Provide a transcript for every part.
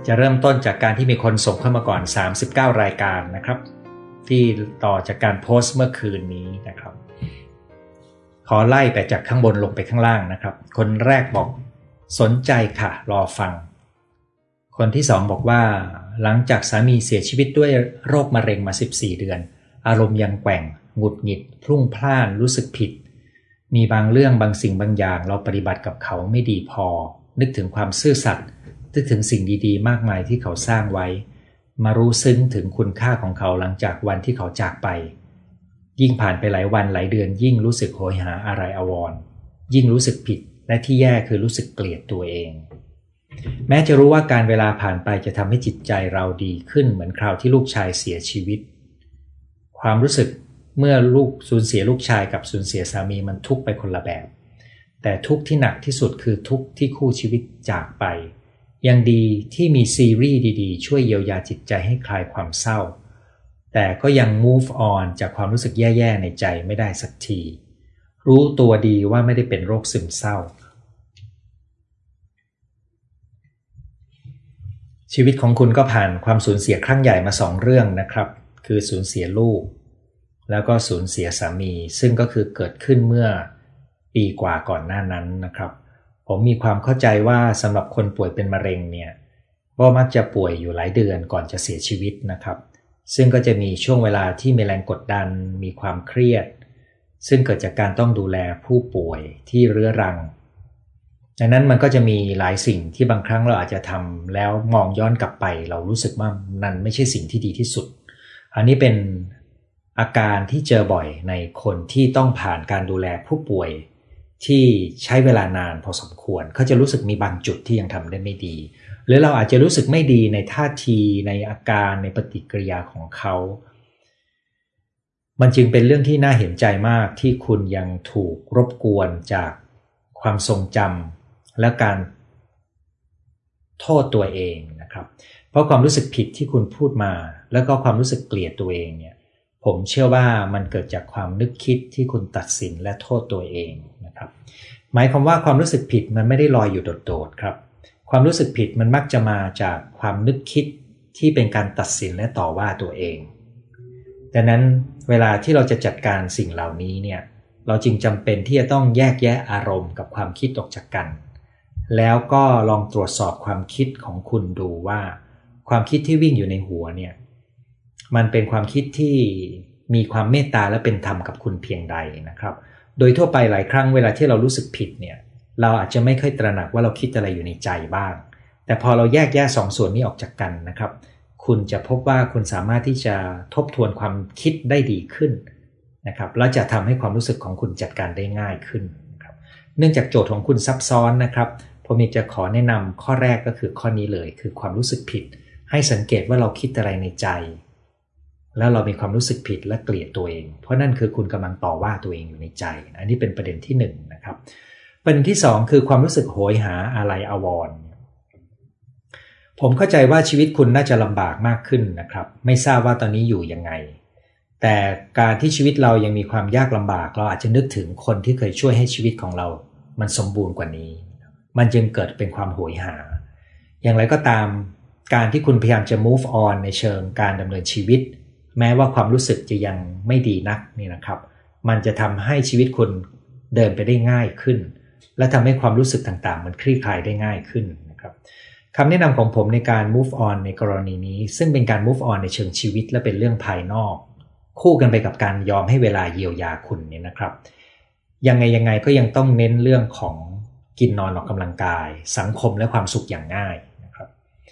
จะเริ่มต้นจากการที่มีคนส่งเข้ามาก่อน39รายการนะครับที่ต่อจากการโพสต์เมื่อคืนนี้นะครับขอไล่ไปจากข้างบนลงไปข้างล่างนะครับคนแรกบอกสนใจค่ะรอฟังคนที่สองบอกว่าหลังจากสามีเสียชีวิตด้วยโรคมะเร็งมา14เดือนอารมณ์ยังแกว่งหงุดหงิดพลุ่งพล่านรู้สึกผิดมีบางเรื่องบางสิ่งบางอย่างเราปฏิบัติกับเขาไม่ดีพอนึกถึงความซื่อสัตย์นึกถึงสิ่งดีๆมากมายที่เขาสร้างไว้มารู้ซึ้งถึงคุณค่าของเขาหลังจากวันที่เขาจากไปยิ่งผ่านไปหลายวันหลายเดือนยิ่งรู้สึกโหยหาอะไรอาวรณ์ยิ่งรู้สึกผิดและที่แย่คือรู้สึกเกลียดตัวเองแม้จะรู้ว่าการเวลาผ่านไปจะทำให้จิตใจเราดีขึ้นเหมือนคราวที่ลูกชายเสียชีวิตความรู้สึกเมื่อลูกสูญเสียลูกชายกับสูญเสียสามีมันทุกข์ไปคนละแบบแต่ทุกข์ที่หนักที่สุดคือทุกข์ที่คู่ชีวิตจากไปยังดีที่มีซีรีส์ดีๆช่วยเยียวยาจิตใจให้คลายความเศร้าแต่ก็ยัง move on จากความรู้สึกแย่ๆในใจไม่ได้สักทีรู้ตัวดีว่าไม่ได้เป็นโรคซึมเศร้าชีวิตของคุณก็ผ่านความสูญเสียครั้งใหญ่มา2เรื่องนะครับคือสูญเสียลูกแล้วก็สูญเสียสามีซึ่งก็คือเกิดขึ้นเมื่อปีกว่าก่อนหน้านั้นนะครับผมมีความเข้าใจว่าสำหรับคนป่วยเป็นมะเร็งเนี่ยก็มักจะป่วยอยู่หลายเดือนก่อนจะเสียชีวิตนะครับซึ่งก็จะมีช่วงเวลาที่มีแรงกดดันมีความเครียดซึ่งเกิดจากการต้องดูแลผู้ป่วยที่เรื้อรังดังนั้นมันก็จะมีหลายสิ่งที่บางครั้งเราอาจจะทำแล้วมองย้อนกลับไปเรารู้สึกว่านั่นไม่ใช่สิ่งที่ดีที่สุดอันนี้เป็นอาการที่เจอบ่อยในคนที่ต้องผ่านการดูแลผู้ป่วยที่ใช้เวลานานพอสมควรเขาจะรู้สึกมีบางจุดที่ยังทำได้ไม่ดีหรือเราอาจจะรู้สึกไม่ดีในท่าทีในอาการในปฏิกิริยาของเขามันจึงเป็นเรื่องที่น่าเห็นใจมากที่คุณยังถูกรบกวนจากความทรงจำและการโทษตัวเองนะครับเพราะความรู้สึกผิดที่คุณพูดมาแล้วก็ความรู้สึกเกลียดตัวเองเนี่ยผมเชื่อว่ามันเกิดจากความนึกคิดที่คุณตัดสินและโทษตัวเองนะครับหมายความว่าความรู้สึกผิดมันไม่ได้ลอยอยู่โดดๆครับความรู้สึกผิดมันมักจะมาจากความนึกคิดที่เป็นการตัดสินและต่อว่าตัวเองดังนั้นเวลาที่เราจะจัดการสิ่งเหล่านี้เนี่ยเราจึงจำเป็นที่จะต้องแยกแยะอารมณ์กับความคิดออกจากกันแล้วก็ลองตรวจสอบความคิดของคุณดูว่าความคิดที่วิ่งอยู่ในหัวเนี่ยมันเป็นความคิดที่มีความเมตตาและเป็นธรรมกับคุณเพียงใดนะครับโดยทั่วไปหลายครั้งเวลาที่เรารู้สึกผิดเนี่ยเราอาจจะไม่ค่อยตระหนักว่าเราคิดอะไรอยู่ในใจบ้างแต่พอเราแยกแยะ2ส่วนนี้ออกจากกันนะครับคุณจะพบว่าคุณสามารถที่จะทบทวนความคิดได้ดีขึ้นนะครับแล้วจะทำให้ความรู้สึกของคุณจัดการได้ง่ายขึ้นครับเนื่องจากโจทย์ของคุณซับซ้อนนะครับผมอยากจะขอแนะนำข้อแรกก็คือข้อนี้เลยคือความรู้สึกผิดให้สังเกตว่าเราคิดอะไรในใจแล้วเรามีความรู้สึกผิดและเกลียดตัวเองเพราะนั่นคือคุณกำลังต่อว่าตัวเองอยู่ในใจอันนี้เป็นประเด็นที่1นะครับประเด็นที่2คือความรู้สึกโหยหาอะไรอาวรณ์ผมเข้าใจว่าชีวิตคุณน่าจะลำบากมากขึ้นนะครับไม่ทราบว่าตอนนี้อยู่ยังไงแต่การที่ชีวิตเรายังมีความยากลำบากเราอาจจะนึกถึงคนที่เคยช่วยให้ชีวิตของเรามันสมบูรณ์กว่านี้มันจึงเกิดเป็นความโหยหาอย่างไรก็ตามการที่คุณพยายามจะ move on ในเชิงการดำเนินชีวิตแม้ว่าความรู้สึกจะยังไม่ดีนักนี่นะครับมันจะทำให้ชีวิตคุณเดินไปได้ง่ายขึ้นและทำให้ความรู้สึกต่างๆมันคลี่คลายได้ง่ายขึ้นนะครับคำแนะนำของผมในการ move on ในกรณีนี้ซึ่งเป็นการ move on ในเชิงชีวิตและเป็นเรื่องภายนอกคู่กันไปกับการยอมให้เวลาเยียวยาคุณเนี่ยนะครับยังไงก็ยังต้องเน้นเรื่องของกินนอนออกกำลังกายสังคมและความสุขอย่างง่ายนะครับ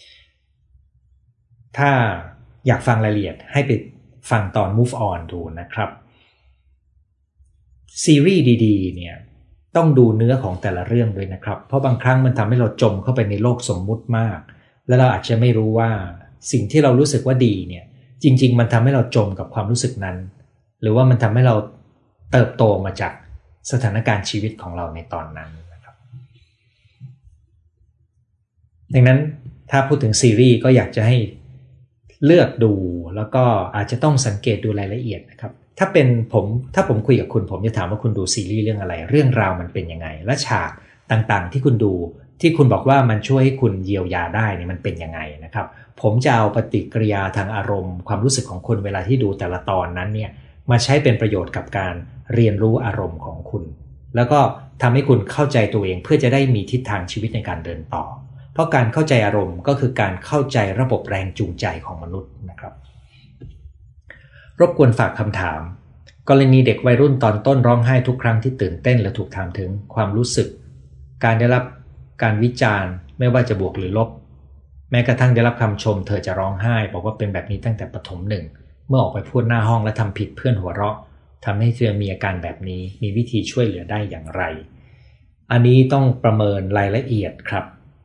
ถ้าอยากฟังรายละเอียดให้ไปฟังตอน move on ดูนะครับซีรีส์ดีๆเนี่ยต้องดูเนื้อของแต่ละเรื่องด้วยนะครับเพราะบางครั้งมันทำให้เราจมเข้าไปในโลกสมมุติมากและเราอาจจะไม่รู้ว่าสิ่งที่เรารู้สึกว่าดีเนี่ยจริงๆมันทำให้เราจมกับความรู้สึกนั้นหรือว่ามันทำให้เราเติบโตมาจากสถานการณ์ชีวิตของเราในตอนนั้นนะครับดังนั้นถ้าพูดถึงซีรีส์ก็อยากจะให้เลือกดูแล้วก็อาจจะต้องสังเกตดูรายละเอียดนะครับถ้าผมคุยกับคุณผมจะถามว่าคุณดูซีรีส์เรื่องอะไรเรื่องราวมันเป็นยังไงและฉากต่างๆที่คุณดูที่คุณบอกว่ามันช่วยให้คุณเยียวยาได้เนี่ยมันเป็นยังไงนะครับผมจะเอาปฏิกิริยาทางอารมณ์ความรู้สึกของคุณเวลาที่ดูแต่ละตอนนั้นเนี่ยมาใช้เป็นประโยชน์กับการเรียนรู้อารมณ์ของคุณแล้วก็ทำให้คุณเข้าใจตัวเองเพื่อจะได้มีทิศทางชีวิตในการเดินต่อเพราะการเข้าใจอารมณ์ก็คือการเข้าใจระบบแรงจูงใจของมนุษย์นะครับรบกวนฝากคำถามกรณีเด็กวัยรุ่นตอนต้นร้องไห้ทุกครั้งที่ตื่นเต้นและถูกถามถึงความรู้สึกการได้รับการวิจารณ์ไม่ว่าจะบวกหรือลบแม้กระทั่งได้รับคำชมเธอจะร้องไห้บอกว่าเป็นแบบนี้ตั้งแต่ประถมหนึ่งเมื่อออกไปพูดหน้าห้องและทำผิดเพื่อนหัวเราะทำให้เธอมีอาการแบบนี้มีวิธีช่วยเหลือได้อย่างไรอันนี้ต้องประเมินรายละเอียดครับ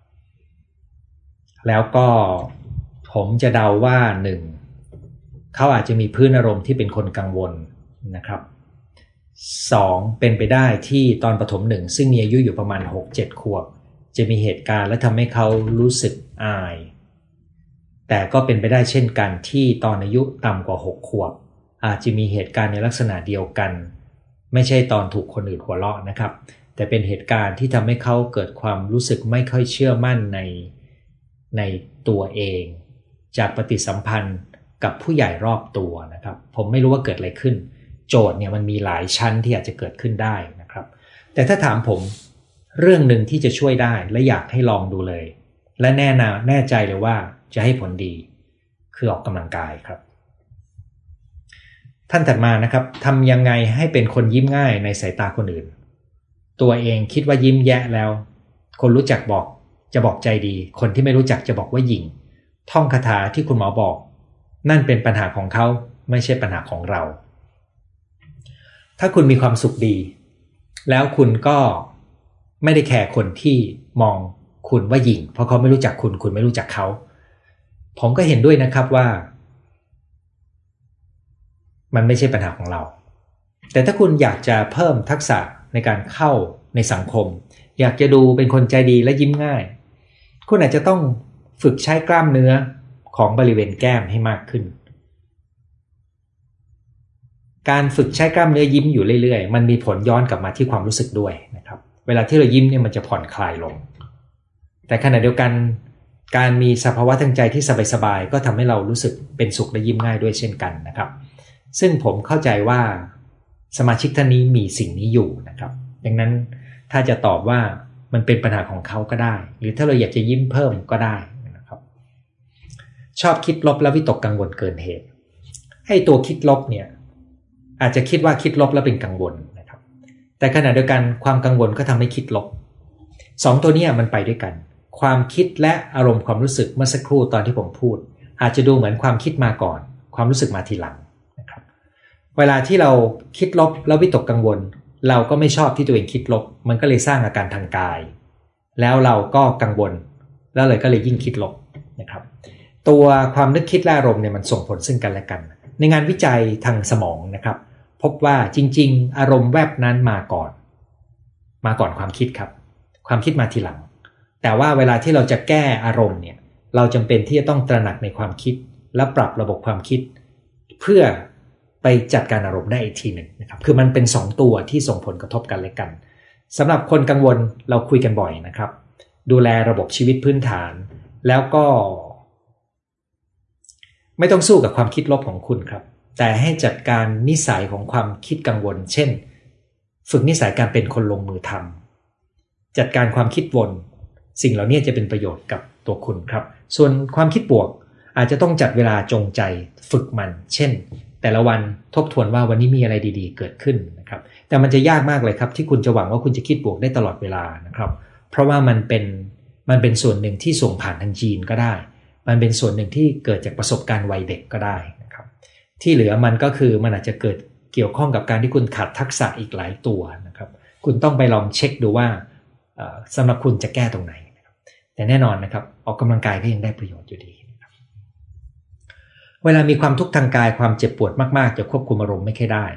แล้วก็ผมจะเดาว่า1เขาอาจจะมีพื้นอารมณ์ที่เป็นคนกังวลนะครับ2เป็นไปได้ที่ตอนประถมหนึ่งซึ่งมีอายุอยู่ประมาณ 6-7 ขวบจะมีเหตุการณ์และทำให้เขารู้สึกอายแต่ก็เป็นไปได้เช่นกันที่ตอนอายุต่ำกว่า6ขวบอาจจะมีเหตุการณ์ในลักษณะเดียวกันไม่ใช่ตอนถูกคนอื่นหัวเราะนะครับแต่เป็นเหตุการณ์ที่ทำให้เขาเกิดความรู้สึกไม่ค่อยเชื่อมั่นในตัวเองจากปฏิสัมพันธ์กับผู้ใหญ่รอบตัวนะครับผมไม่รู้ว่าเกิดอะไรขึ้นโจทย์เนี่ยมันมีหลายชั้นที่อาจจะเกิดขึ้นได้นะครับแต่ถ้าถามผมเรื่องหนึ่งที่จะช่วยได้และอยากให้ลองดูเลยและแน่ใจเลยว่าจะให้ผลดีคือออกกำลังกายครับท่านถัดมานะครับทำยังไงให้เป็นคนยิ้มง่ายในสายตาคนอื่นตัวเองคิดว่ายิ้มแย้แล้วคนรู้จักบอกจะบอกใจดีคนที่ไม่รู้จักจะบอกว่าหยิ่งท่องคาถาที่คุณหมอบอกนั่นเป็นปัญหาของเขาไม่ใช่ปัญหาของเราถ้าคุณมีความสุขดีแล้วคุณก็ไม่ได้แคร์คนที่มองคุณว่าหยิ่งเพราะเขาไม่รู้จักคุณคุณไม่รู้จักเขาผมก็เห็นด้วยนะครับว่ามันไม่ใช่ปัญหาของเราแต่ถ้าคุณอยากจะเพิ่มทักษะในการเข้าในสังคมอยากจะดูเป็นคนใจดีและยิ้มง่ายคุณอาจจะต้องฝึกใช้กล้ามเนื้อของบริเวณแก้มให้มากขึ้นการฝึกใช้กล้ามเนื้อยิ้มอยู่เรื่อยๆมันมีผลย้อนกลับมาที่ความรู้สึกด้วยนะครับเวลาที่เรายิ้มเนี่ยมันจะผ่อนคลายลงแต่ขณะเดียวกันการมีสภาวะทางใจที่สบายๆก็ทำให้เรารู้สึกเป็นสุขและยิ้มง่ายด้วยเช่นกันนะครับซึ่งผมเข้าใจว่าสมาชิกท่านนี้มีสิ่งนี้อยู่นะครับดังนั้นถ้าจะตอบว่ามันเป็นปัญหาของเขาก็ได้หรือถ้าเราอยากจะยิ้มเพิ่มก็ได้นะครับชอบคิดลบและวิตกกังวลเกินเหตุให้ตัวคิดลบเนี่ยอาจจะคิดว่าคิดลบแล้วเป็นกังวลนะครับแต่ขณะเดียวกันความกังวลก็ทำให้คิดลบสองตัวนี้มันไปด้วยกันความคิดและอารมณ์ความรู้สึกเมื่อสักครู่ตอนที่ผมพูดอาจจะดูเหมือนความคิดมาก่อนความรู้สึกมาทีหลังนะครับเวลาที่เราคิดลบแล้ววิตกกังวลเราก็ไม่ชอบที่ตัวเองคิดลบมันก็เลยสร้างอาการทางกายแล้วเราก็กังวลแล้วเลยก็เลยยิ่งคิดลบนะครับตัวความนึกคิดและอารมณ์เนี่ยมันส่งผลซึ่งกันและกันในงานวิจัยทางสมองนะครับพบว่าจริงๆอารมณ์แวบนั้นมาก่อนความคิดครับความคิดมาทีหลังแต่ว่าเวลาที่เราจะแก้อารมณ์เนี่ยเราจำเป็นที่จะต้องตระหนักในความคิดและปรับระบบความคิดเพื่อไปจัดการอารมณ์ได้อีกทีหนึ่งนะครับคือมันเป็น2ตัวที่ส่งผลกระทบกันและกันสำหรับคนกังวลเราคุยกันบ่อยนะครับดูแลระบบชีวิตพื้นฐานแล้วก็ไม่ต้องสู้กับความคิดลบของคุณครับแต่ให้จัดการนิสัยของความคิดกังวลเช่นฝึกนิสัยการเป็นคนลงมือทำจัดการความคิดวนสิ่งเหล่านี้จะเป็นประโยชน์กับตัวคุณครับส่วนความคิดบวกอาจจะต้องจัดเวลาจงใจฝึกมันเช่นแต่ละวันทบทวนว่าวันนี้มีอะไรดีๆเกิดขึ้นนะครับแต่มันจะยากมากเลยครับที่คุณจะหวังว่าคุณจะคิดบวกได้ตลอดเวลานะครับเพราะว่ามันเป็นส่วนหนึ่งที่ส่งผ่านทางจีนก็ได้มันเป็นส่วนหนึ่งที่เกิดจากประสบการณ์วัยเด็กก็ได้นะครับที่เหลือมันก็คือมันอาจจะเกิดเกี่ยวข้องกับการที่คุณขาดทักษะอีกหลายตัวนะครับคุณต้องไปลองเช็คดูว่าสำหรับคุณจะแก้ตรงไหนนะครับแต่แน่นอนนะครับออกกำลังกายก็ยังได้ประโยชน์อยู่ดีนะครับเวลามีความทุกข์ทางกายความเจ็บปวดมากๆจะควบคุมอารมณ์ไม่ค่อยได้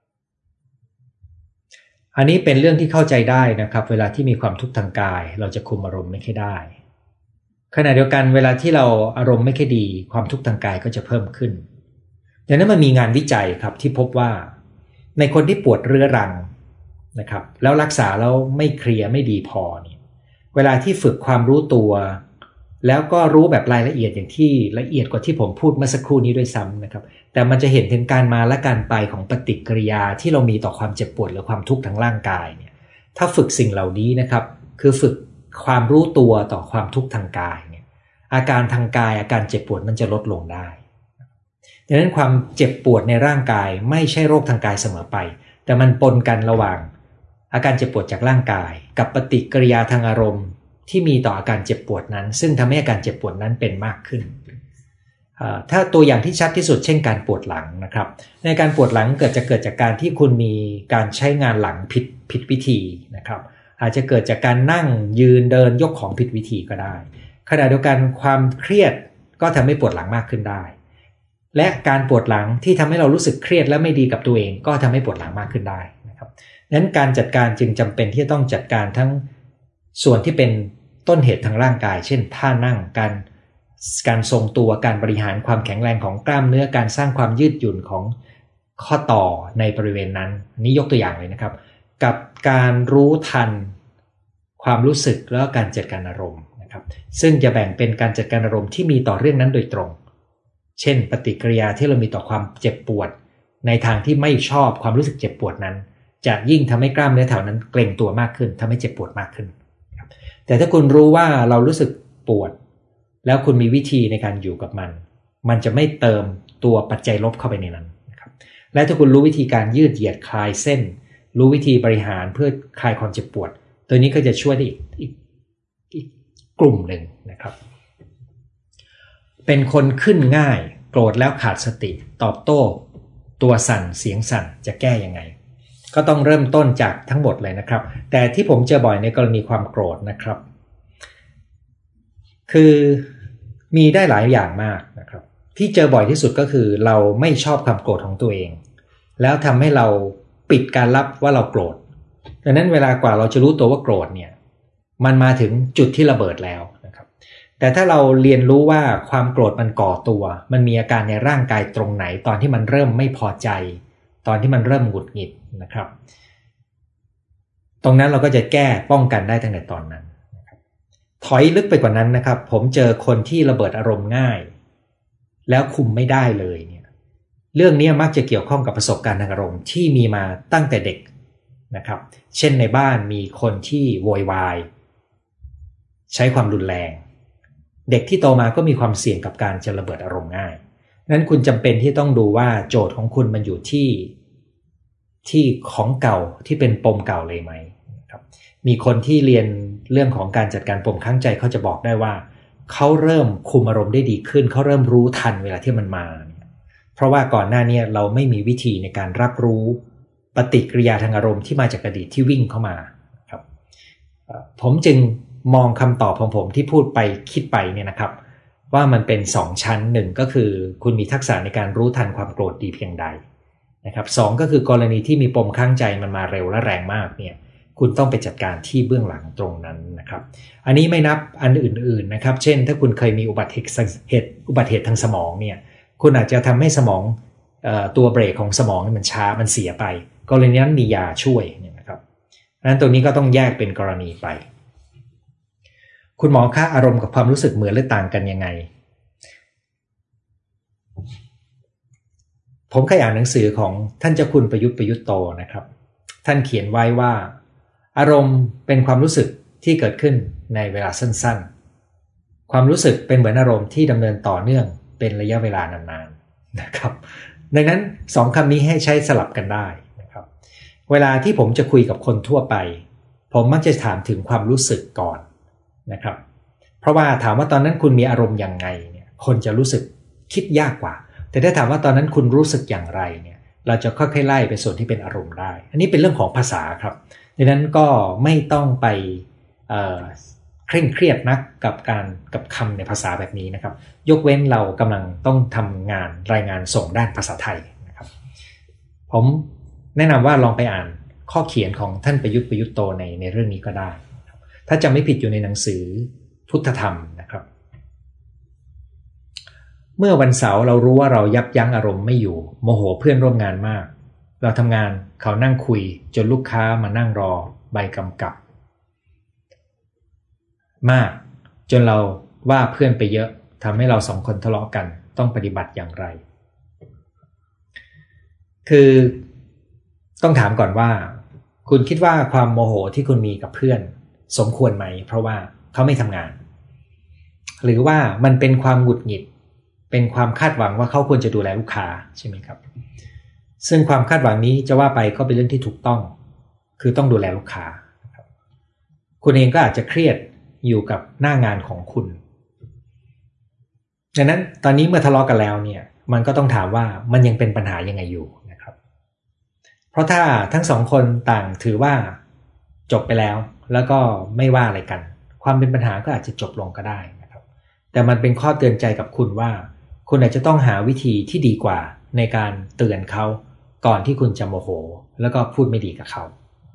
อันนี้เป็นเรื่องที่เข้าใจได้นะครับเวลาที่มีความทุกข์ทางกายเราจะคุมอารมณ์ไม่ค่อยได้ขณะเดียวกันเวลาที่เราอารมณ์ไม่ค่อยดีความทุกข์ทางกายก็จะเพิ่มขึ้นดังนั้นมันมีงานวิจัยครับที่พบว่าในคนที่ปวดเรื้อรังนะครับแล้วรักษาแล้วไม่เคลียร์ไม่ดีพอเนี่ยเเวลาที่ฝึกความรู้ตัวแล้วก็รู้แบบรายละเอียดอย่างที่ละเอียดกว่าที่ผมพูดเมื่อสักครู่นี้ด้วยซ้ำนะครับแต่มันจะเห็นถึงการมาและการไปของปฏิกิริยาที่เรามีต่อความเจ็บปวดหรือความทุกข์ทางร่างกายเนี่ยถ้าฝึกสิ่งเหล่านี้นะครับคือฝึกความรู้ตัวต่อความทุกข์ทางกายเนี่ยอาการทางกายอาการเจ็บปวดมันจะลดลงได้ดังนั้นความเจ็บปวดในร่างกายไม่ใช่โรคทางกายเสมอไปแต่มันปนกันระหว่างอาการเจ็บปวดจากร่างกายกับปฏิกิริยาทางอารมณ์ที่มีต่ออาการเจ็บปวดนั้นซึ่งทำให้อาการเจ็บปวดนั้นเป็นมากขึ้นถ้าตัวอย่างที่ชัดที่สุดเช่นการปวดหลังนะครับในการปวดหลังเกิดจากการที่คุณมีการใช้งานหลังผิดวิธีนะครับอาจจะเกิดจากการนั่งยืนเดินยกของผิดวิธีก็ได้ขณะเดียวกันความเครียดก็ทำให้ปวดหลังมากขึ้นได้และการปวดหลังที่ทำให้เรารู้สึกเครียดและไม่ดีกับตัวเองก็ทำให้ปวดหลังมากขึ้นได้นะครับนั้นการจัดการจึงจำเป็นที่จะต้องจัดการทั้งส่วนที่เป็นต้นเหตุทางร่างกายเช่นท่านั่งการทรงตัวการบริหารความแข็งแรงของกล้ามเนื้อการสร้างความยืดหยุ่นของข้อต่อในบริเวณนั้นนี้ยกตัวอย่างเลยนะครับกับการรู้ทันความรู้สึกแล้วการจัดการอารมณ์นะครับซึ่งจะแบ่งเป็นการจัดการอารมณ์ที่มีต่อเรื่องนั้นโดยตรงเช่นปฏิกิริยาที่เรามีต่อความเจ็บปวดในทางที่ไม่ชอบความรู้สึกเจ็บปวดนั้นจะยิ่งทำให้กล้ามเนื้อแถวนั้นเกร็งตัวมากขึ้นทำให้เจ็บปวดมากขึ้นแต่ถ้าคุณรู้ว่าเรารู้สึกปวดแล้วคุณมีวิธีในการอยู่กับมันจะไม่เติมตัวปัจจัยลบเข้าไปในนั้นนะครับและถ้าคุณรู้วิธีการยืดเหยียดคลายเส้นรู้วิธีบริหารเพื่อคลายความเจ็บปวดตัวนี้ก็จะช่วยได้อีกกลุ่มหนึ่งนะครับเป็นคนขึ้นง่ายโกรธแล้วขาดสติตอบโต้ตัวสั่นเสียงสั่นจะแก้ยังไงก็ต้องเริ่มต้นจากทั้งหมดเลยนะครับแต่ที่ผมเจอบ่อยในกรณีความโกรธนะครับคือมีได้หลายอย่างมากนะครับที่เจอบ่อยที่สุดก็คือเราไม่ชอบความโกรธของตัวเองแล้วทำให้เราปิดการรับว่าเราโกรธดังนั้นเวลากว่าเราจะรู้ตัวว่าโกรธเนี่ยมันมาถึงจุดที่ระเบิดแล้วนะครับแต่ถ้าเราเรียนรู้ว่าความโกรธมันก่อตัวมันมีอาการในร่างกายตรงไหนตอนที่มันเริ่มไม่พอใจตอนที่มันเริ่มหงุดหงิดนะครับตรงนั้นเราก็จะแก้ป้องกันได้ตั้งแต่ตอนนั้นนะครับถอยลึกไปกว่านั้นนะครับผมเจอคนที่ระเบิดอารมณ์ง่ายแล้วคุมไม่ได้เลยเนี่ยเรื่องนี้มักจะเกี่ยวข้องกับประสบการณ์ทางอารมณ์ที่มีมาตั้งแต่เด็กนะครับเช่นในบ้านมีคนที่โวยวายใช้ความรุนแรงเด็กที่โตมาก็มีความเสี่ยงกับการจะระเบิดอารมณ์ง่ายนั้นคุณจำเป็นที่ต้องดูว่าโจทย์ของคุณมันอยู่ที่ของเก่าที่เป็นปมเก่าเลยไหมครับมีคนที่เรียนเรื่องของการจัดการปมข้างใจเขาจะบอกได้ว่าเขาเริ่มคุมอารมณ์ได้ดีขึ้นเขาเริ่มรู้ทันเวลาที่มันมาเพราะว่าก่อนหน้านี้เราไม่มีวิธีในการรับรู้ปฏิกิริยาทางอารมณ์ที่มาจากอดีตที่วิ่งเข้ามาครับผมจึงมองคำตอบของผมที่พูดไปคิดไปเนี่ยนะครับว่ามันเป็น2ชั้น1ก็คือคุณมีทักษะในการรู้ทันความโกรธดีเพียงใดนะครับ2ก็คือกรณีที่มีปมข้างใจมันมาเร็วและแรงมากเนี่ยคุณต้องไปจัดการที่เบื้องหลังตรงนั้นนะครับอันนี้ไม่นับอันอื่นๆนะครับเช่นถ้าคุณเคยมีอุบัติเหตุทางสมองเนี่ยคุณอาจจะทำให้สมองตัวเบรกของสมองมันช้ามันเสียไปกรณีนั้นมียาช่วยนะครับนั้นตรงนี้ก็ต้องแยกเป็นกรณีไปคุณหมอคะอารมณ์กับความรู้สึกเหมือนหรือต่างกันยังไงผมเคยอ่านหนังสือของท่านเจ้าคุณประยุทธ์โตนะครับท่านเขียนไว้ว่าอารมณ์เป็นความรู้สึกที่เกิดขึ้นในเวลาสั้นๆความรู้สึกเป็นเหมือนอารมณ์ที่ดำเนินต่อเนื่องเป็นระยะเวลานานๆนะครับดังนั้น2คำนี้ให้ใช้สลับกันได้นะครับเวลาที่ผมจะคุยกับคนทั่วไปผมมักจะถามถึงความรู้สึกก่อนนะครับเพราะว่าถามว่าตอนนั้นคุณมีอารมณ์ยังไงเนี่ยคนจะรู้สึกคิดยากกว่าแต่ถ้าถามว่าตอนนั้นคุณรู้สึกอย่างไรเนี่ยเราจะค่อยๆไล่ไปส่วนที่เป็นอารมณ์ได้อันนี้เป็นเรื่องของภาษาครับดังนั้นก็ไม่ต้องไปเคร่งเครียดนักกับคำในภาษาแบบนี้นะครับยกเว้นเรากำลังต้องทำงานรายงานส่งด้านภาษาไทยนะครับผมแนะนำว่าลองไปอ่านข้อเขียนของท่านประยุทธ์โตในเรื่องนี้ก็ได้ถ้าจำไม่ผิดอยู่ในหนังสือพุทธธรรมนะครับเมื่อวันเสาร์เรารู้ว่าเรายับยั้งอารมณ์ไม่อยู่โมโหเพื่อนร่วมงานมากเราทำงานเขานั่งคุยจนลูกค้ามานั่งรอใบกำกับมากจนเราว่าเพื่อนไปเยอะทำให้เราสองคนทะเลาะกันต้องปฏิบัติอย่างไรคือต้องถามก่อนว่าคุณคิดว่าความโมโหที่คุณมีกับเพื่อนสมควรไหมเพราะว่าเขาไม่ทำงานหรือว่ามันเป็นความหงุดหงิดเป็นความคาดหวังว่าเขาควรจะดูแลลูกค้าใช่ไหมครับซึ่งความคาดหวังนี้จะว่าไปก็เป็นเรื่องที่ถูกต้องคือต้องดูแลลูกค้าคุณเองก็อาจจะเครียดอยู่กับหน้างานของคุณดังนั้นตอนนี้เมื่อทะเลาะกันแล้วเนี่ยมันก็ต้องถามว่ามันยังเป็นปัญหายังไงอยู่นะครับเพราะถ้าทั้งสองคนต่างถือว่าจบไปแล้วแล้วก็ไม่ว่าอะไรกันความเป็นปัญหาก็อาจจะจบลงก็ได้นะครับแต่มันเป็นข้อเตือนใจกับคุณว่าคุณอาจจะต้องหาวิธีที่ดีกว่าในการเตือนเขาก่อนที่คุณจะโมโหแล้วก็พูดไม่ดีกับเขา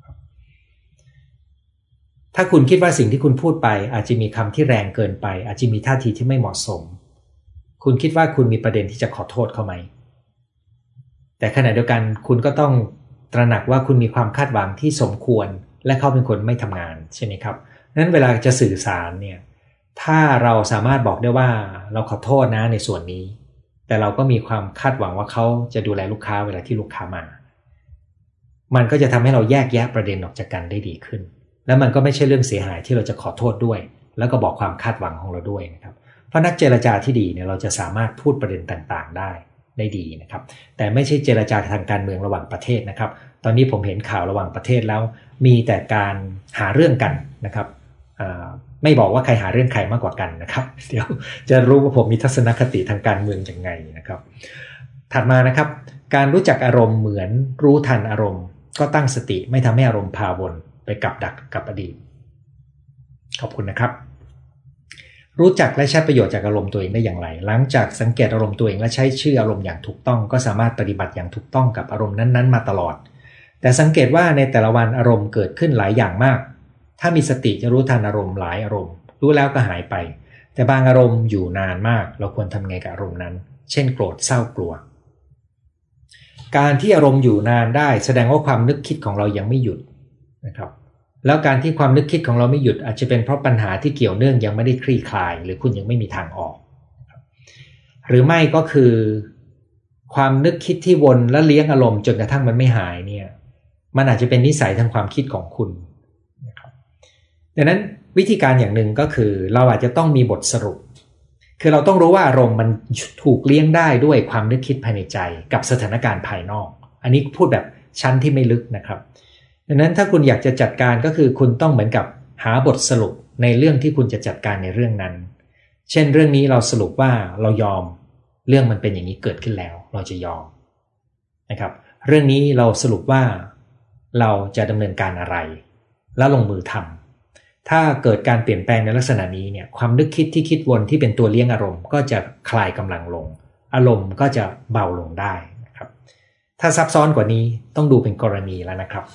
ถ้าคุณคิดว่าสิ่งที่คุณพูดไปอาจจะมีคำที่แรงเกินไปอาจจะมีท่าทีที่ไม่เหมาะสมคุณคิดว่าคุณมีประเด็นที่จะขอโทษเขาไหมแต่ขณะเดียวกันคุณก็ต้องตระหนักว่าคุณมีความคาดหวังที่สมควรและเขาเป็นคนไม่ทำงานใช่ไหมครับนั้นเวลาจะสื่อสารเนี่ยถ้าเราสามารถบอกได้ว่าเราขอโทษนะในส่วนนี้แต่เราก็มีความคาดหวังว่าเขาจะดูแลลูกค้าเวลาที่ลูกค้ามามันก็จะทำให้เราแยกแยะประเด็นออกจากกันได้ดีขึ้นแล้วมันก็ไม่ใช่เรื่องเสียหายที่เราจะขอโทษด้วยแล้วก็บอกความคาดหวังของเราด้วยนะครับเพราะนักเจรจาที่ดีเนี่ยเราจะสามารถพูดประเด็นต่างๆได้ดีนะครับแต่ไม่ใช่เจรจาทางการเมืองระหว่างประเทศนะครับตอนนี้ผมเห็นข่าวระหว่างประเทศแล้วมีแต่การหาเรื่องกันนะครับไม่บอกว่าใครหาเรื่องใครมากกว่ากันนะครับเดี๋ยวจะรู้ว่าผมมีทัศนคติทางการเมืองยังไงนะครับถัดมานะครับการรู้จักอารมณ์เหมือนรู้ทันอารมณ์ก็ตั้งสติไม่ทำให้อารมณ์พาวนไปกับดักกับอดีตขอบคุณนะครับรู้จักและใช้ประโยชน์จากอารมณ์ตัวเองได้อย่างไรหลังจากสังเกตอารมณ์ตัวเองและใช้ชื่ออารมณ์อย่างถูกต้องก็สามารถปฏิบัติอย่างถูกต้องกับอารมณ์นั้นๆมาตลอดแต่สังเกตว่าในแต่ละวันอารมณ์เกิดขึ้นหลายอย่างมากถ้ามีสติจะรู้ทันอารมณ์หลายอารมณ์รู้แล้วก็หายไปแต่บางอารมณ์อยู่นานมากเราควรทำไงกับอารมณ์นั้นเช่นโกรธเศร้ากลัวการที่อารมณ์อยู่นานได้แสดงว่าความนึกคิดของเรายังไม่หยุดนะครับแล้วการที่ความนึกคิดของเราไม่หยุดอาจจะเป็นเพราะปัญหาที่เกี่ยวเนื่องยังไม่ได้คลี่คลายหรือคุณยังไม่มีทางออกหรือไม่ก็คือความนึกคิดที่วนและเลี้ยงอารมณ์จนกระทั่งมันไม่หายเนี่ยมันอาจจะเป็นนิสัยทางความคิดของคุณนะครับดังนั้นวิธีการอย่างหนึ่งก็คือเราอาจจะต้องมีบทสรุปคือเราต้องรู้ว่าอารมณ์มันถูกเลี้ยงได้ด้วยความนึกคิดภายในใจกับสถานการณ์ภายนอกอันนี้พูดแบบชั้นที่ไม่ลึกนะครับดังนั้นถ้าคุณอยากจะจัดการก็คือคุณต้องเหมือนกับหาบทสรุปในเรื่องที่คุณจะจัดการในเรื่องนั้นเช่นเรื่องนี้เราสรุปว่าเรายอมเรื่องมันเป็นอย่างนี้เกิดขึ้นแล้วเราจะยอมนะครับเรื่องนี้เราสรุปว่าเราจะดำเนินการอะไรแล้วลงมือทำถ้าเกิดการเปลี่ยนแปลงในลักษณะนี้เนี่ยความนึกคิดที่คิดวนที่เป็นตัวเลี้ยงอารมณ์ก็จะคลายกำลังลงอารมณ์ก็จะเบาลงได้นะครับถ้าซับซ้อนกว่านี้ต้องดูเป็นกรณีแล้วนะครับ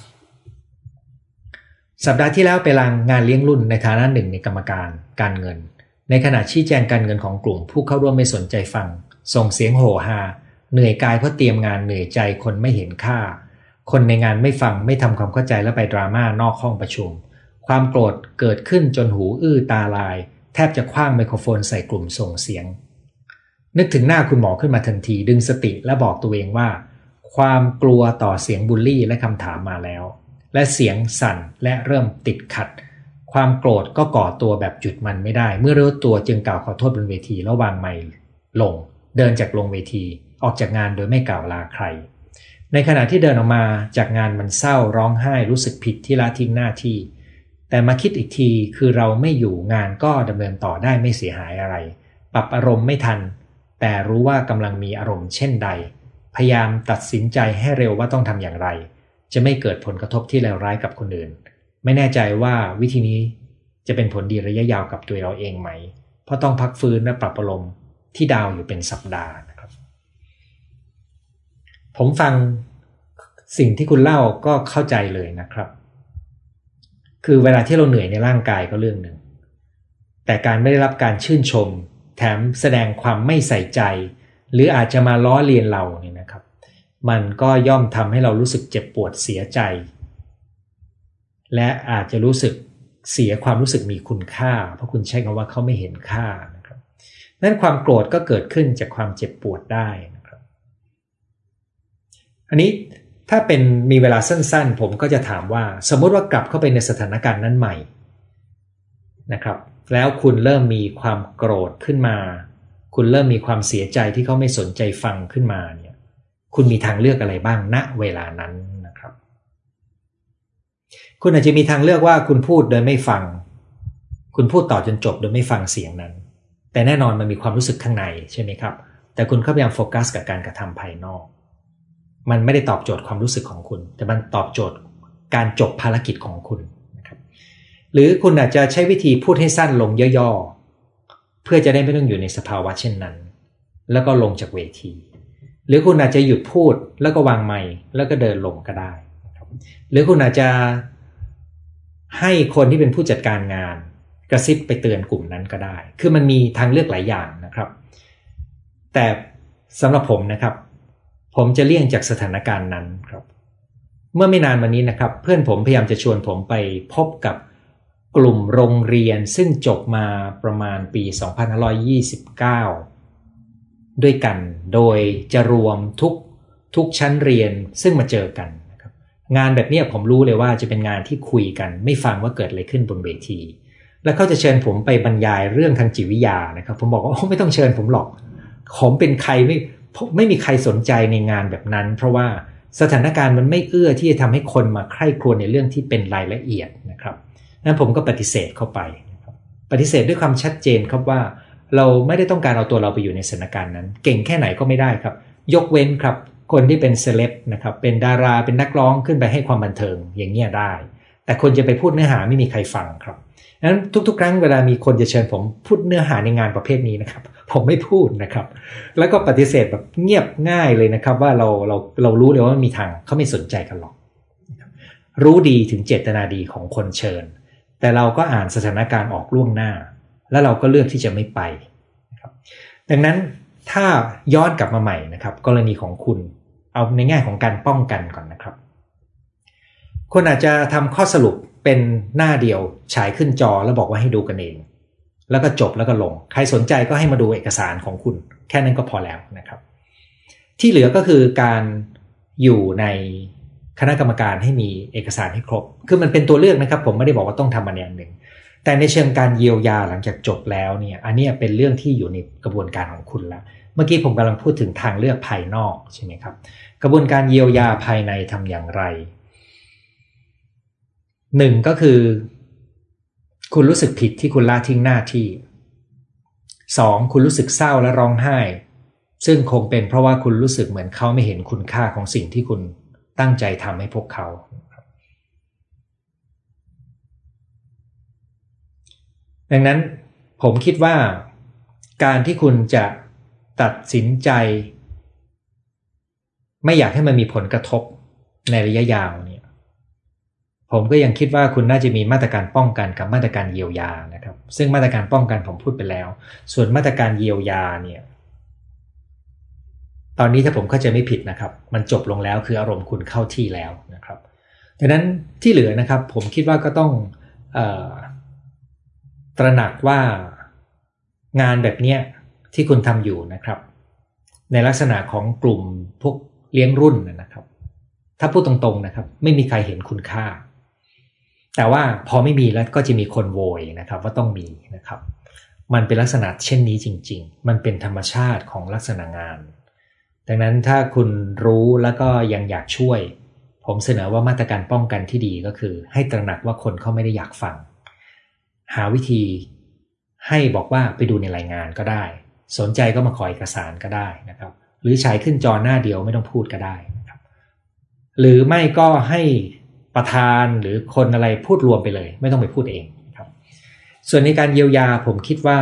สัปดาห์ที่แล้วไปลงานเลี้ยงรุ่นในฐานะหนึ่งในกรรมการการเงินในขณะชี้แจงการเงินของกลุ่มผู้เข้าร่วมไม่สนใจฟังส่งเสียงโห่ฮาเหนื่อยกายเพราะเตรียมงานเหนื่อยใจคนไม่เห็นค่าคนในงานไม่ฟังไม่ทำความเข้าใจและไปดราม่านอกห้องประชุมความโกรธเกิดขึ้นจนหูอื้อตาลายแทบจะคว้างไมโครโฟนใส่กลุ่มส่งเสียงนึกถึงหน้าคุณหมอขึ้นมาทันทีดึงสติและบอกตัวเองว่าความกลัวต่อเสียงบูลลี่และคำถามมาแล้วและเสียงสั่นและเริ่มติดขัดความโกรธก็ก่อตัวแบบหยุดมันไม่ได้เมื่อรู้ตัวจึงกล่าวขอโทษบนเวทีแล้ววางไมค์ลงเดินจากลงเวทีออกจากงานโดยไม่กล่าวลาใครในขณะที่เดินออกมาจากงานมันเศร้าร้องไห้รู้สึกผิดที่ละทิ้งหน้าที่แต่มาคิดอีกทีคือเราไม่อยู่งานก็ดำเนินต่อได้ไม่เสียหายอะไรปรับอารมณ์ไม่ทันแต่รู้ว่ากำลังมีอารมณ์เช่นใดพยายามตัดสินใจให้เร็วว่าต้องทำอย่างไรจะไม่เกิดผลกระทบที่เลวร้ายกับคนอื่นไม่แน่ใจว่าวิธีนี้จะเป็นผลดีระยะยาวกับตัวเราเองไหมเพราะต้องพักฟื้นและปรับอารมณ์ที่ดาวอยู่เป็นสัปดาห์นะครับผมฟังสิ่งที่คุณเล่าก็เข้าใจเลยนะครับคือเวลาที่เราเหนื่อยในร่างกายก็เรื่องหนึ่งแต่การไม่ได้รับการชื่นชมแถมแสดงความไม่ใส่ใจหรืออาจจะมาล้อเลียนเราเนี่ยนะครับมันก็ย่อมทำให้เรารู้สึกเจ็บปวดเสียใจและอาจจะรู้สึกเสียความรู้สึกมีคุณค่าเพราะคุณใช้คำว่าเขาไม่เห็นค่านะครับนั้นความโกรธก็เกิดขึ้นจากความเจ็บปวดได้นะครับอันนี้ถ้าเป็นมีเวลาสั้นๆผมก็จะถามว่าสมมติว่ากลับเข้าไปในสถานการณ์นั้นใหม่นะครับแล้วคุณเริ่มมีความโกรธขึ้นมาคุณเริ่มมีความเสียใจที่เขาไม่สนใจฟังขึ้นมาเนี่ยคุณมีทางเลือกอะไรบ้างณเวลานั้นนะครับคุณอาจจะมีทางเลือกว่าคุณพูดโดยไม่ฟังคุณพูดต่อจนจบโดยไม่ฟังเสียงนั้นแต่แน่นอนมันมีความรู้สึกข้างในใช่ไหมครับแต่คุณก็พยายามโฟกัสกับการกระทำภายนอกมันไม่ได้ตอบโจทย์ความรู้สึกของคุณแต่มันตอบโจทย์การจบภารกิจของคุณนะครับหรือคุณอาจจะใช้วิธีพูดให้สั้นลงย่อๆเพื่อจะได้ไม่ต้องอยู่ในสภาวะเช่นนั้นแล้วก็ลงจากเวทีหรือคุณอาจจะหยุดพูดแล้วก็วางไมค์แล้วก็เดินลงก็ได้นะครับหรือคุณอาจจะให้คนที่เป็นผู้จัดการงานกระซิบไปเตือนกลุ่มนั้นก็ได้คือมันมีทางเลือกหลายอย่างนะครับแต่สำหรับผมนะครับผมจะเลี่ยงจากสถานการณ์นั้นครับเมื่อไม่นานมานี้นะครับเพื่อนผมพยายามจะชวนผมไปพบกับกลุ่มโรงเรียนซึ่งจบมาประมาณปี2529ด้วยกันโดยจะรวมทุกชั้นเรียนซึ่งมาเจอกันนะครับงานแบบนี้ผมรู้เลยว่าจะเป็นงานที่คุยกันไม่ฟังว่าเกิดอะไรขึ้นบนเวทีแล้วเขาจะเชิญผมไปบรรยายเรื่องทางจิตวิทยานะครับผมบอกว่าไม่ต้องเชิญผมหรอกผมเป็นใครไม่มีใครสนใจในงานแบบนั้นเพราะว่าสถานการณ์มันไม่เอื้อที่จะทำให้คนมาใคร่ครวญในเรื่องที่เป็นรายละเอียดนะครับนั้นผมก็ปฏิเสธเข้าไปนะครับปฏิเสธด้วยความชัดเจนครับว่าเราไม่ได้ต้องการเอาตัวเราไปอยู่ในสถานการณ์นั้นเก่งแค่ไหนก็ไม่ได้ครับยกเว้นครับคนที่เป็นเซเลบนะครับเป็นดาราเป็นนักร้องขึ้นไปให้ความบันเทิงอย่างเงี้ยได้แต่คนจะไปพูดเนื้อหาไม่มีใครฟังครับนั้นทุกๆครั้งเวลามีคนจะเชิญผมพูดเนื้อหาในงานประเภทนี้นะครับผมไม่พูดนะครับแล้วก็ปฏิเสธแบบเงียบง่ายเลยนะครับว่าเรารู้เลยว่ามีทางเขาไม่สนใจกันหรอกรู้ดีถึงเจตนาดีของคนเชิญแต่เราก็อ่านสถานการณ์ออกล่วงหน้าแล้วเราก็เลือกที่จะไม่ไปนะครับดังนั้นถ้าย้อนกลับมาใหม่นะครับกรณีของคุณเอาในแง่ของการป้องกันก่อนนะครับคุณอาจจะทำข้อสรุปเป็นหน้าเดียวฉายขึ้นจอแล้วบอกว่าให้ดูกันเองแล้วก็จบแล้วก็ลงใครสนใจก็ให้มาดูเอกสารของคุณแค่นั้นก็พอแล้วนะครับที่เหลือก็คือการอยู่ในคณะกรรมการให้มีเอกสารให้ครบคือมันเป็นตัวเลือกนะครับผมไม่ได้บอกว่าต้องทำอันอย่างหนึ่งแต่ในเชิงการเยียวยาหลังจากจบแล้วเนี่ยอันนี้เป็นเรื่องที่อยู่ในกระบวนการของคุณแล้วเมื่อกี้ผมกำลังพูดถึงทางเลือกภายนอกใช่ไหมครับกระบวนการเยียวยาภายในทำอย่างไรหนึ่งก็คือคุณรู้สึกผิดที่คุณละทิ้งหน้าที่สองคุณรู้สึกเศร้าและร้องไห้ซึ่งคงเป็นเพราะว่าคุณรู้สึกเหมือนเขาไม่เห็นคุณค่าของสิ่งที่คุณตั้งใจทำให้พวกเขาดังนั้นผมคิดว่าการที่คุณจะตัดสินใจไม่อยากให้มันมีผลกระทบในระยะยาวเนี่ยผมก็ยังคิดว่าคุณน่าจะมีมาตรการป้องกันกับมาตรการเยียวยานะครับซึ่งมาตรการป้องกันผมพูดไปแล้วส่วนมาตรการเยียวยาเนี่ยตอนนี้ถ้าผมเข้าใจไม่ผิดนะครับมันจบลงแล้วคืออารมณ์คุณเข้าที่แล้วนะครับดังนั้นที่เหลือนะครับผมคิดว่าก็ต้องตระหนักว่างานแบบนี้ที่คุณทำอยู่นะครับในลักษณะของกลุ่มพวกเลี้ยงรุ่นนะครับถ้าพูดตรงๆนะครับไม่มีใครเห็นคุณค่าแต่ว่าพอไม่มีแล้วก็จะมีคนโวยนะครับว่าต้องมีนะครับมันเป็นลักษณะเช่นนี้จริงๆมันเป็นธรรมชาติของลักษณะงานดังนั้นถ้าคุณรู้แล้วก็ยังอยากช่วยผมเสนอว่ามาตรการป้องกันที่ดีก็คือให้ตระหนักว่าคนเขาไม่ได้อยากฟังหาวิธีให้บอกว่าไปดูในรายงานก็ได้สนใจก็มาขอเอกสารก็ได้นะครับหรือฉายขึ้นจอหน้าเดียวไม่ต้องพูดก็ได้นะครับหรือไม่ก็ให้ประธานหรือคนอะไรพูดรวมไปเลยไม่ต้องไปพูดเองครับส่วนในการเยียวยาผมคิดว่า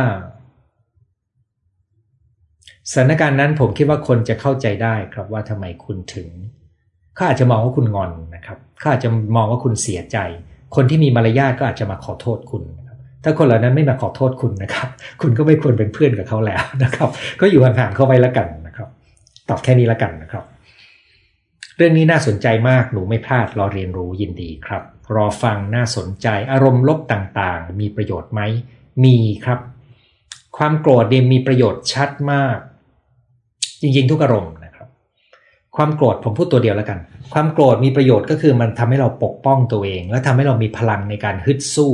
สถานการณ์นั้นผมคิดว่าคนจะเข้าใจได้ครับว่าทำไมคุณถึงเขาอาจจะมองว่าคุณงอนนะครับเขาอาจจะมองว่าคุณเสียใจคนที่มีมารยาทก็อาจจะมาขอโทษคุณนะครับถ้าคนเหล่านั้นไม่มาขอโทษคุณนะครับคุณก็ไม่ควรเป็นเพื่อนกับเขาแล้วนะครับก็อยู่ห่างๆเข้าไว้แล้วกันนะครับตอบแค่นี้แล้วกันนะครับเรื่องนี้น่าสนใจมากหนูไม่พลาดรอเรียนรู้ยินดีครับรอฟังน่าสนใจอารมณ์ลบต่างๆมีประโยชน์ไหมมีครับความโกรธเนี่ยมีประโยชน์ชัดมากจริงๆทุกอารมณ์นะครับความโกรธผมพูดตัวเดียวแล้วกันความโกรธมีประโยชน์ก็คือมันทำให้เราปกป้องตัวเองและทำให้เรามีพลังในการฮึดสู้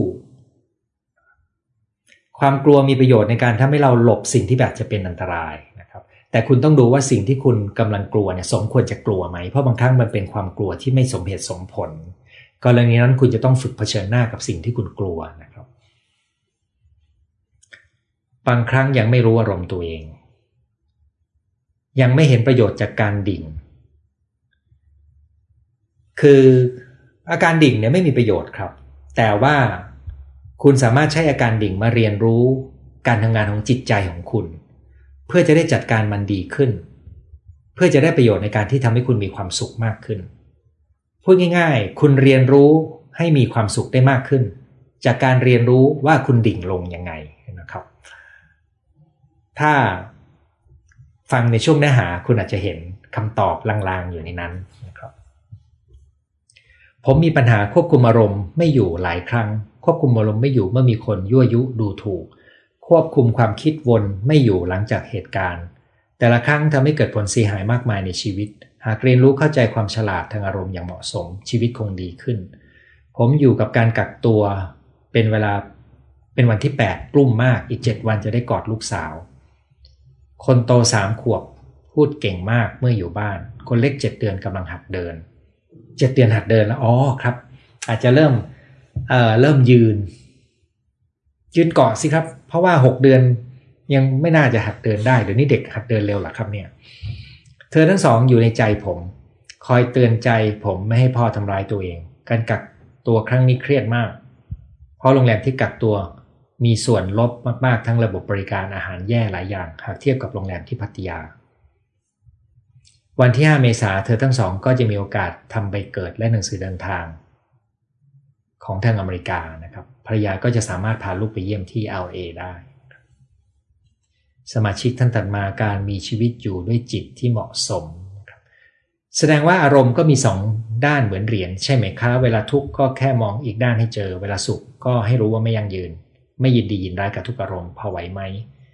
ความกลัวมีประโยชน์ในการทำให้เราหลบสิ่งที่แบบจะเป็นอันตรายนะครับแต่คุณต้องดูว่าสิ่งที่คุณกำลังกลัวเนี่ยสมควรจะกลัวไหมเพราะบางครั้งมันเป็นความกลัวที่ไม่สมเหตุสมผลกรณีนั้นคุณจะต้องฝึกเผชิญหน้ากับสิ่งที่คุณกลัวนะครับบางครั้งยังไม่รู้อารมณ์ตัวเองยังไม่เห็นประโยชน์จากการดิ่งคืออาการดิ่งเนี่ยไม่มีประโยชน์ครับแต่ว่าคุณสามารถใช้อาการดิ่งมาเรียนรู้การทำงานของจิตใจของคุณเพื่อจะได้จัดการมันดีขึ้นเพื่อจะได้ประโยชน์ในการที่ทำให้คุณมีความสุขมากขึ้นพูดง่ายๆคุณเรียนรู้ให้มีความสุขได้มากขึ้นจากการเรียนรู้ว่าคุณดิ่งลงยังไงนะครับถ้าฟังในช่วงเนื้อหาคุณอาจจะเห็นคำตอบลางๆอยู่ในนั้นนะครับผมมีปัญหาควบคุมอารมณ์ไม่อยู่หลายครั้งควบคุมอารมณ์ไม่อยู่เมื่อมีคนยั่วยุดูถูกควบคุมความคิดวนไม่อยู่หลังจากเหตุการณ์แต่ละครั้งทำให้เกิดผลเสียหายมากมายในชีวิตหากเรียนรู้เข้าใจความฉลาดทางอารมณ์อย่างเหมาะสมชีวิตคงดีขึ้นผมอยู่กับการกักตัวเป็นวันที่8กลุ้มมากอีก7วันจะได้กอดลูกสาวคนโต3 ขวบพูดเก่งมากเมื่ออยู่บ้านคนเล็ก7 เดือนกำลังหัดเดิน7 เดือนหัดเดินแล้วอ๋อครับอาจจะเริ่มยืนเกาะสิครับเพราะว่า6 เดือนยังไม่น่าจะหัดเดินได้เดี๋ยวนี้เด็กหัดเดินเร็วหรอครับเนี่ยเธอทั้งสองอยู่ในใจผมคอยเตือนใจผมไม่ให้พ่อทำร้ายตัวเองการกักตัวครั้งนี้เครียดมากเพราะโรงแรมที่กักตัวมีส่วนลบมากๆทั้งระบบบริการอาหารแย่หลายอย่างหากเทียบกับโรงแรมที่พัทยาวันที่5 เมษายนเธอทั้งสองก็จะมีโอกาสทำใบเกิดและหนังสือเดินทางของทางอเมริกานะครับภรรยาก็จะสามารถพาลูกไปเยี่ยมที่ LA ได้สมาชิกท่านถัดมาการมีชีวิตอยู่ด้วยจิตที่เหมาะสมแสดงว่าอารมณ์ก็มี2 ด้านเหมือนเหรียญใช่ไหมคะเวลาทุกข์ก็แค่มองอีกด้านให้เจอเวลาสุขก็ให้รู้ว่าไม่ยั่งยืนไม่ยินดียินร้ายกับทุกอารมณ์พอไหวไหม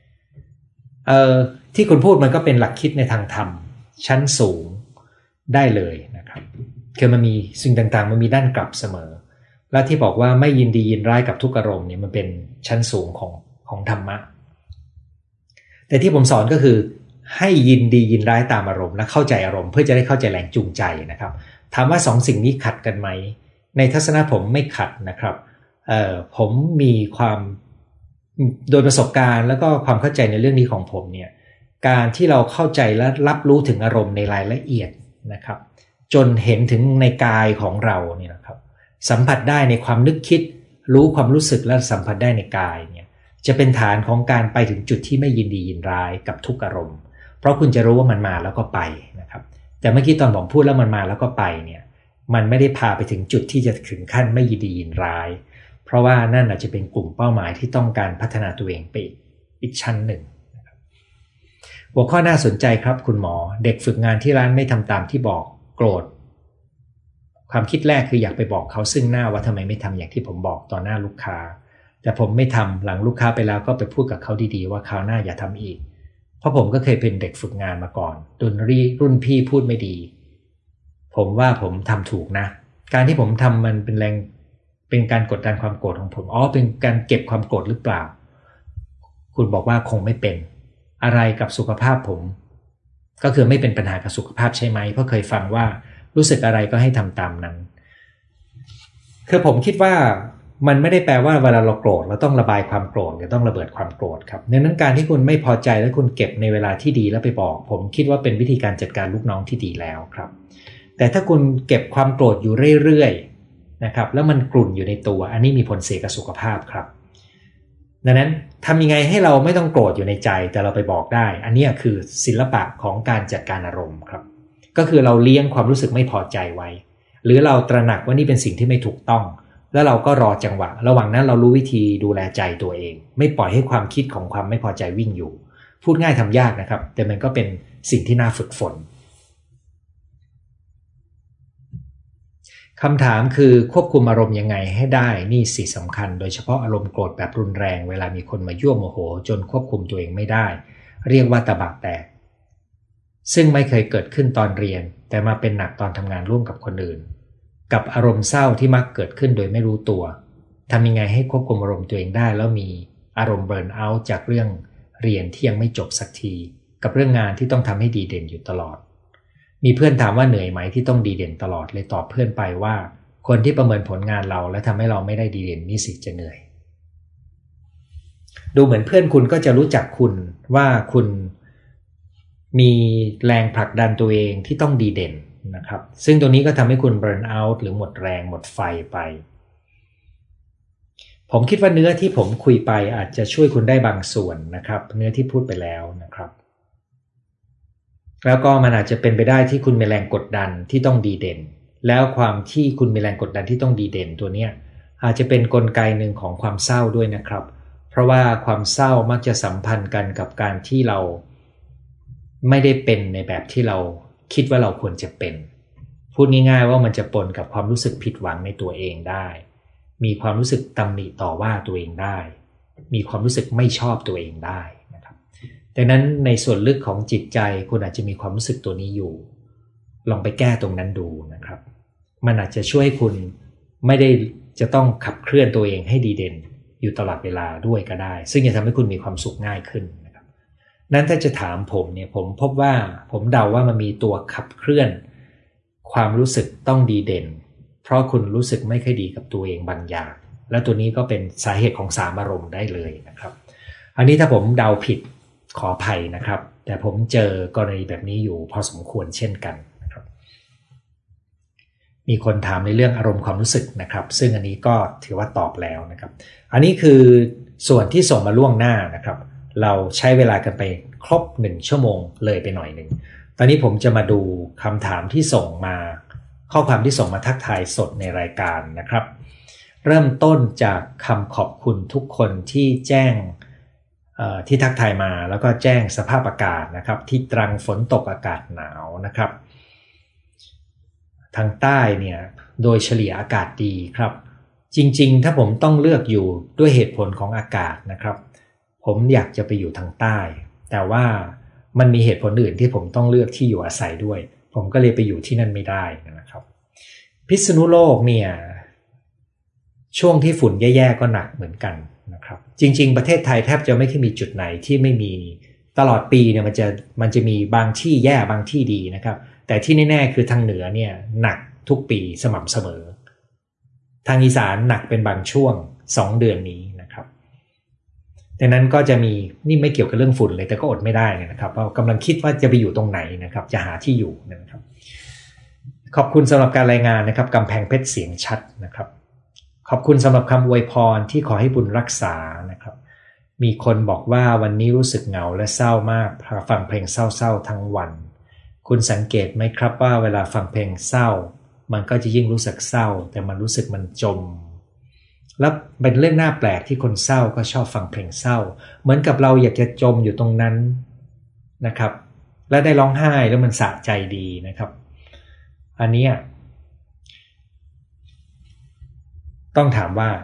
ที่คุณพูดมันก็เป็นหลักคิดในทางธรรมชั้นสูงได้เลยนะครับคือมันมีสิ่งต่างๆมันมีด้านกลับเสมอและที่บอกว่าไม่ยินดียินร้ายกับทุกอารมณ์เนี่ยมันเป็นชั้นสูงของธรรมะแต่ที่ผมสอนก็คือให้ยินดียินร้ายตามอารมณ์และเข้าใจอารมณ์เพื่อจะได้เข้าใจแรงจูงใจนะครับถามว่า2 สิ่งนี้ขัดกันไหมในทัศนะผมไม่ขัดนะครับผมมีความโดยประสบการณ์แล้วก็ความเข้าใจในเรื่องนี้ของผมเนี่ยการที่เราเข้าใจและรับรู้ถึงอารมณ์ในรายละเอียดนะครับจนเห็นถึงในกายของเราเนี่ยนะครับสัมผัสได้ในความนึกคิดรู้ความรู้สึกและสัมผัสได้ในกายเนี่ยจะเป็นฐานของการไปถึงจุดที่ไม่ยินดียินร้ายกับทุกอารมณ์เพราะคุณจะรู้ว่ามันมาแล้วก็ไปนะครับแต่เมื่อกี้ตอนผมพูดแล้วมันมาแล้วก็ไปเนี่ยมันไม่ได้พาไปถึงจุดที่จะถึงขั้นไม่ยินดียินร้ายเพราะว่านั่นอาจจะเป็นกลุ่มเป้าหมายที่ต้องการพัฒนาตัวเองไปอีกชั้นหนึ่งนะครับหัวข้อน่าสนใจครับคุณหมอเด็กฝึกงานที่ร้านไม่ทำตามที่บอกโกรธความคิดแรกคืออยากไปบอกเขาซึ่งหน้าว่าทำไมไม่ทำอย่างที่ผมบอกต่อหน้าลูกค้าแต่ผมไม่ทำหลังลูกค้าไปแล้วก็ไปพูดกับเขาดีๆว่าคราวหน้าอย่าทำอีกเพราะผมก็เคยเป็นเด็กฝึกงานมาก่อนรุ่นพี่พูดไม่ดีผมว่าผมทำถูกนะการที่ผมทำมันเป็นการกดดันความโกรธของผมเป็นการเก็บความโกรธหรือเปล่าคุณบอกว่าคงไม่เป็นอะไรกับสุขภาพผมก็คือไม่เป็นปัญหากับสุขภาพใช่ไหมเพราะเคยฟังว่ารู้สึกอะไรก็ให้ทำตามนั้นคือผมคิดว่ามันไม่ได้แปลว่าเวลาเราโกรธเราต้องระบายความโกรธหรือต้องระเบิดความโกรธครับดังนั้นการที่คุณไม่พอใจและคุณเก็บในเวลาที่ดีแล้วไปบอกผมคิดว่าเป็นวิธีการจัดการลูกน้องที่ดีแล้วครับแต่ถ้าคุณเก็บความโกรธอยู่เรื่อยๆนะครับแล้วมันกลุ่นอยู่ในตัวอันนี้มีผลเสียกับสุขภาพครับดังนั้นทำยังไงให้เราไม่ต้องโกรธอยู่ในใจแต่เราไปบอกได้อันนี้คือศิลปะของการจัดการอารมณ์ครับก็คือเราเลี้ยงความรู้สึกไม่พอใจไว้หรือเราตระหนักว่านี่เป็นสิ่งที่ไม่ถูกต้องแล้วเราก็รอจังหวะระหว่างนั้นเรารู้วิธีดูแลใจตัวเองไม่ปล่อยให้ความคิดของความไม่พอใจวิ่งอยู่พูดง่ายทำยากนะครับแต่มันก็เป็นสิ่งที่น่าฝึกฝนคำถามคือควบคุมอารมณ์ยังไงให้ได้นี่สิสำคัญโดยเฉพาะอารมณ์โกรธแบบรุนแรงเวลามีคนมายั่วโมโหจนควบคุมตัวเองไม่ได้เรียกว่าตบะแตกซึ่งไม่เคยเกิดขึ้นตอนเรียนแต่มาเป็นหนักตอนทำงานร่วมกับคนอื่นกับอารมณ์เศร้าที่มักเกิดขึ้นโดยไม่รู้ตัวทำยังไงให้ควบคุมอารมณ์ตัวเองได้แล้วมีอารมณ์เบิร์นเอาท์จากเรื่องเรียนที่ยังไม่จบสักทีกับเรื่องงานที่ต้องทำให้ดีเด่นอยู่ตลอดมีเพื่อนถามว่าเหนื่อยไหมที่ต้องดีเด่นตลอดเลยตอบเพื่อนไปว่าคนที่ประเมินผลงานเราและทำให้เราไม่ได้ดีเด่นนี่สิจะเหนื่อยดูเหมือนเพื่อนคุณก็จะรู้จักคุณว่าคุณมีแรงผลักดันตัวเองที่ต้องดีเด่นนะครับซึ่งตัวนี้ก็ทำให้คุณเบิร์นเอาท์หรือหมดแรงหมดไฟไปผมคิดว่าเนื้อที่ผมคุยไปอาจจะช่วยคุณได้บางส่วนนะครับเนื้อที่พูดไปแล้วนะครับแล้วก็มันอาจจะเป็นไปได้ที่คุณมีแรงกดดันที่ต้องดีเด่นแล้วความที่คุณมีแรงกดดันที่ต้องดีเด่นตัวเนี้ยอาจจะเป็นกลไกหนึ่งของความเศร้าด้วยนะครับเพราะว่าความเศร้ามักจะสัมพันธ์กันกับการที่เราไม่ได้เป็นในแบบที่เราคิดว่าเราควรจะเป็นพูดง่ายๆว่ามันจะปนกับความรู้สึกผิดหวังในตัวเองได้มีความรู้สึกตำหนิต่อว่าตัวเองได้มีความรู้สึกไม่ชอบตัวเองได้นะครับดังนั้นในส่วนลึกของจิตใจคุณอาจจะมีความรู้สึกตัวนี้อยู่ลองไปแก้ตรงนั้นดูนะครับมันอาจจะช่วยให้คุณไม่ได้จะต้องขับเคลื่อนตัวเองให้ดีเด่นอยู่ตลอดเวลาด้วยก็ได้ซึ่งจะทำให้คุณมีความสุขง่ายขึ้นนะครับนั้นถ้าจะถามผมเนี่ยผมพบว่าผมเดาว่ามันมีตัวขับเคลื่อนความรู้สึกต้องดีเด่นเพราะคุณรู้สึกไม่ค่อยดีกับตัวเองบางอย่างและตัวนี้ก็เป็นสาเหตุของ3อารมณ์ได้เลยนะครับอันนี้ถ้าผมเดาผิดขออภัยนะครับแต่ผมเจอกรณีแบบนี้อยู่พอสมควรเช่นกันนะครับมีคนถามในเรื่องอารมณ์ความรู้สึกนะครับซึ่งอันนี้ก็ถือว่าตอบแล้วนะครับอันนี้คือส่วนที่ส่งมาล่วงหน้านะครับเราใช้เวลากันไปครบ1ชั่วโมงเลยไปหน่อยหนึ่งตอนนี้ผมจะมาดูคำถามที่ส่งมาข้อความที่ส่งมาทักทายสดในรายการนะครับเริ่มต้นจากคำขอบคุณทุกคนที่แจ้งที่ทักทายมาแล้วก็แจ้งสภาพอากาศนะครับที่ตรังฝนตกอากาศหนาวนะครับทางใต้เนี่ยโดยเฉลี่ยอากาศดีครับจริงๆถ้าผมต้องเลือกอยู่ด้วยเหตุผลของอากาศนะครับผมอยากจะไปอยู่ทางใต้แต่ว่ามันมีเหตุผลอื่นที่ผมต้องเลือกที่อยู่อาศัยด้วยผมก็เลยไปอยู่ที่นั่นไม่ได้นะครับพิษณุโลกเนี่ยช่วงที่ฝุ่นแย่ๆก็หนักเหมือนกันนะครับจริงๆประเทศไทยแทบจะไม่เคยมีจุดไหนที่ไม่มีตลอดปีเนี่ยมันจะมีบางที่แย่บางที่ดีนะครับแต่ที่แน่ๆคือทางเหนือเนี่ยหนักทุกปีสม่ำเสมอทางอีสานหนักเป็นบางช่วง2เดือนนี้นะครับดังนั้นก็จะมีนี่ไม่เกี่ยวกับเรื่องฝุ่นเลยแต่ก็อดไม่ได้นะครับเพราะกำลังคิดว่าจะไปอยู่ตรงไหนนะครับจะหาที่อยู่นะครับขอบคุณสำหรับการรายงานนะครับกำแพงเพชรเสียงชัดนะครับขอบคุณสำหรับคำอวยพรที่ขอให้บุญรักษานะครับมีคนบอกว่าวันนี้รู้สึกเหงาและเศร้ามากฟังเพลงเศร้าๆทั้งวันคุณสังเกตไหมครับว่าเวลาฟังเพลงเศร้ามันก็จะยิ่งรู้สึกเศร้าแต่มันรู้สึกมันจมและเป็นเรื่องน่าแปลกที่คนเศร้าก็ชอบฟังเพลงเศร้าเหมือนกับเราอยากจะจมอยู่ตรงนั้นนะครับและได้ร้องไห้แล้วมันสะใจดีนะครับอันนี้ต้องถามว่า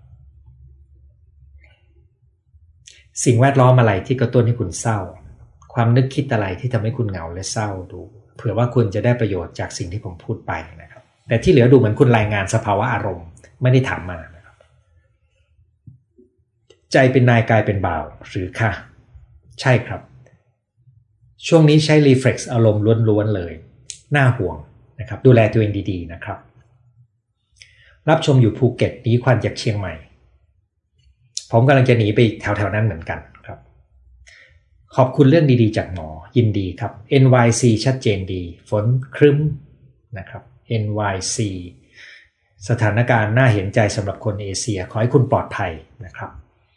สิ่งแวดล้อมอะไรที่กระตุ้นให้คุณเศร้าความนึกคิดอะไรที่ทำให้คุณเหงาและเศร้าดูเผื่อว่าคุณจะได้ประโยชน์จากสิ่งที่ผมพูดไปนะครับแต่ที่เหลือดูเหมือนคุณรายงานสภาวะอารมณ์ไม่ได้ถามมานะครับใจเป็นนายกายเป็นบ่าวหรือค่ะใช่ครับช่วงนี้ใช้รีเฟล็กซ์อารมณ์ล้วนๆเลยน่าห่วงนะครับดูแลตัวเองดีๆนะครับรับชมอยู่ภูเก็ตหนีควันจากเชียงใหม่ผมกำลังจะหนีไปแถวๆนั้นเหมือนกันครับขอบคุณเรื่องดีๆจากหมอยินดีครับ NYC ชัดเจนดีฝนครึ้มนะครับ NYC สถานการณ์น่าเห็นใจสำหรับคนเอเชียขอให้คุณปลอดภัยนะครับ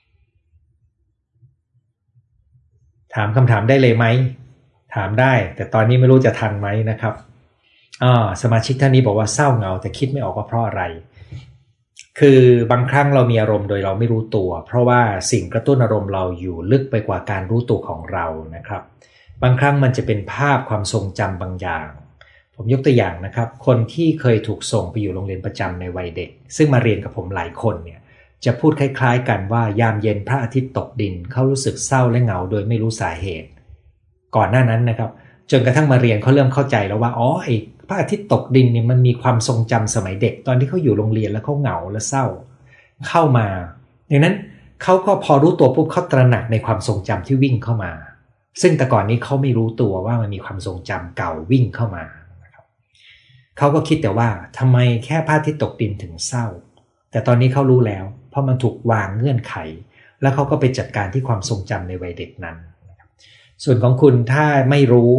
ถามคำถามได้เลยไหมถามได้แต่ตอนนี้ไม่รู้จะทันไหมนะครับสมาชิกท่านนี้บอกว่าเศร้าเหงาแต่คิดไม่ออกว่าเพราะอะไรคือบางครั้งเรามีอารมณ์โดยเราไม่รู้ตัวเพราะว่าสิ่งกระตุ้นอารมณ์เราอยู่ลึกไปกว่าการรู้ตัวของเรานะครับบางครั้งมันจะเป็นภาพความทรงจำบางอย่างผผมยกตัวอย่างนะครับคนที่เคยถูกส่งไปอยู่โรงเรียนประจำในวัยเด็กซึ่งมาเรียนกับผมหลายคนเนี่ยจะพูดคล้ายๆกันว่ายามเย็นพระอาทิตย์ตกดินเขารู้สึกเศร้าและเหงาโดยไม่รู้สาเหตุก่อนหน้านั้นนะครับจนกระทั่งมาเรียนเขาเริ่มเข้าใจแล้วว่าอ๋อไอ้พระอาทิตย์ตกดินเนี่ยมันมีความทรงจำสมัยเด็กตอนที่เขาอยู่โรงเรียนแล้วเขาเหงาและเศร้าเข้ามาดังนั้นเขาก็พอรู้ตัวปุ๊บเขาตระหนักในความทรงจำที่วิ่งเข้ามาซึ่งแต่ก่อนนี้เขาไม่รู้ตัวว่ามันมีความทรงจำเก่าวิ่งเข้ามานะครับเขาก็คิดแต่ว่าทำไมแค่พระอาทิตย์ตกดินถึงเศร้าแต่ตอนนี้เขารู้แล้วเพราะมันถูกวางเงื่อนไขแล้วเขาก็ไปจัดการที่ความทรงจำในวัยเด็กนั้นนะครับส่วนของคุณถ้าไม่รู้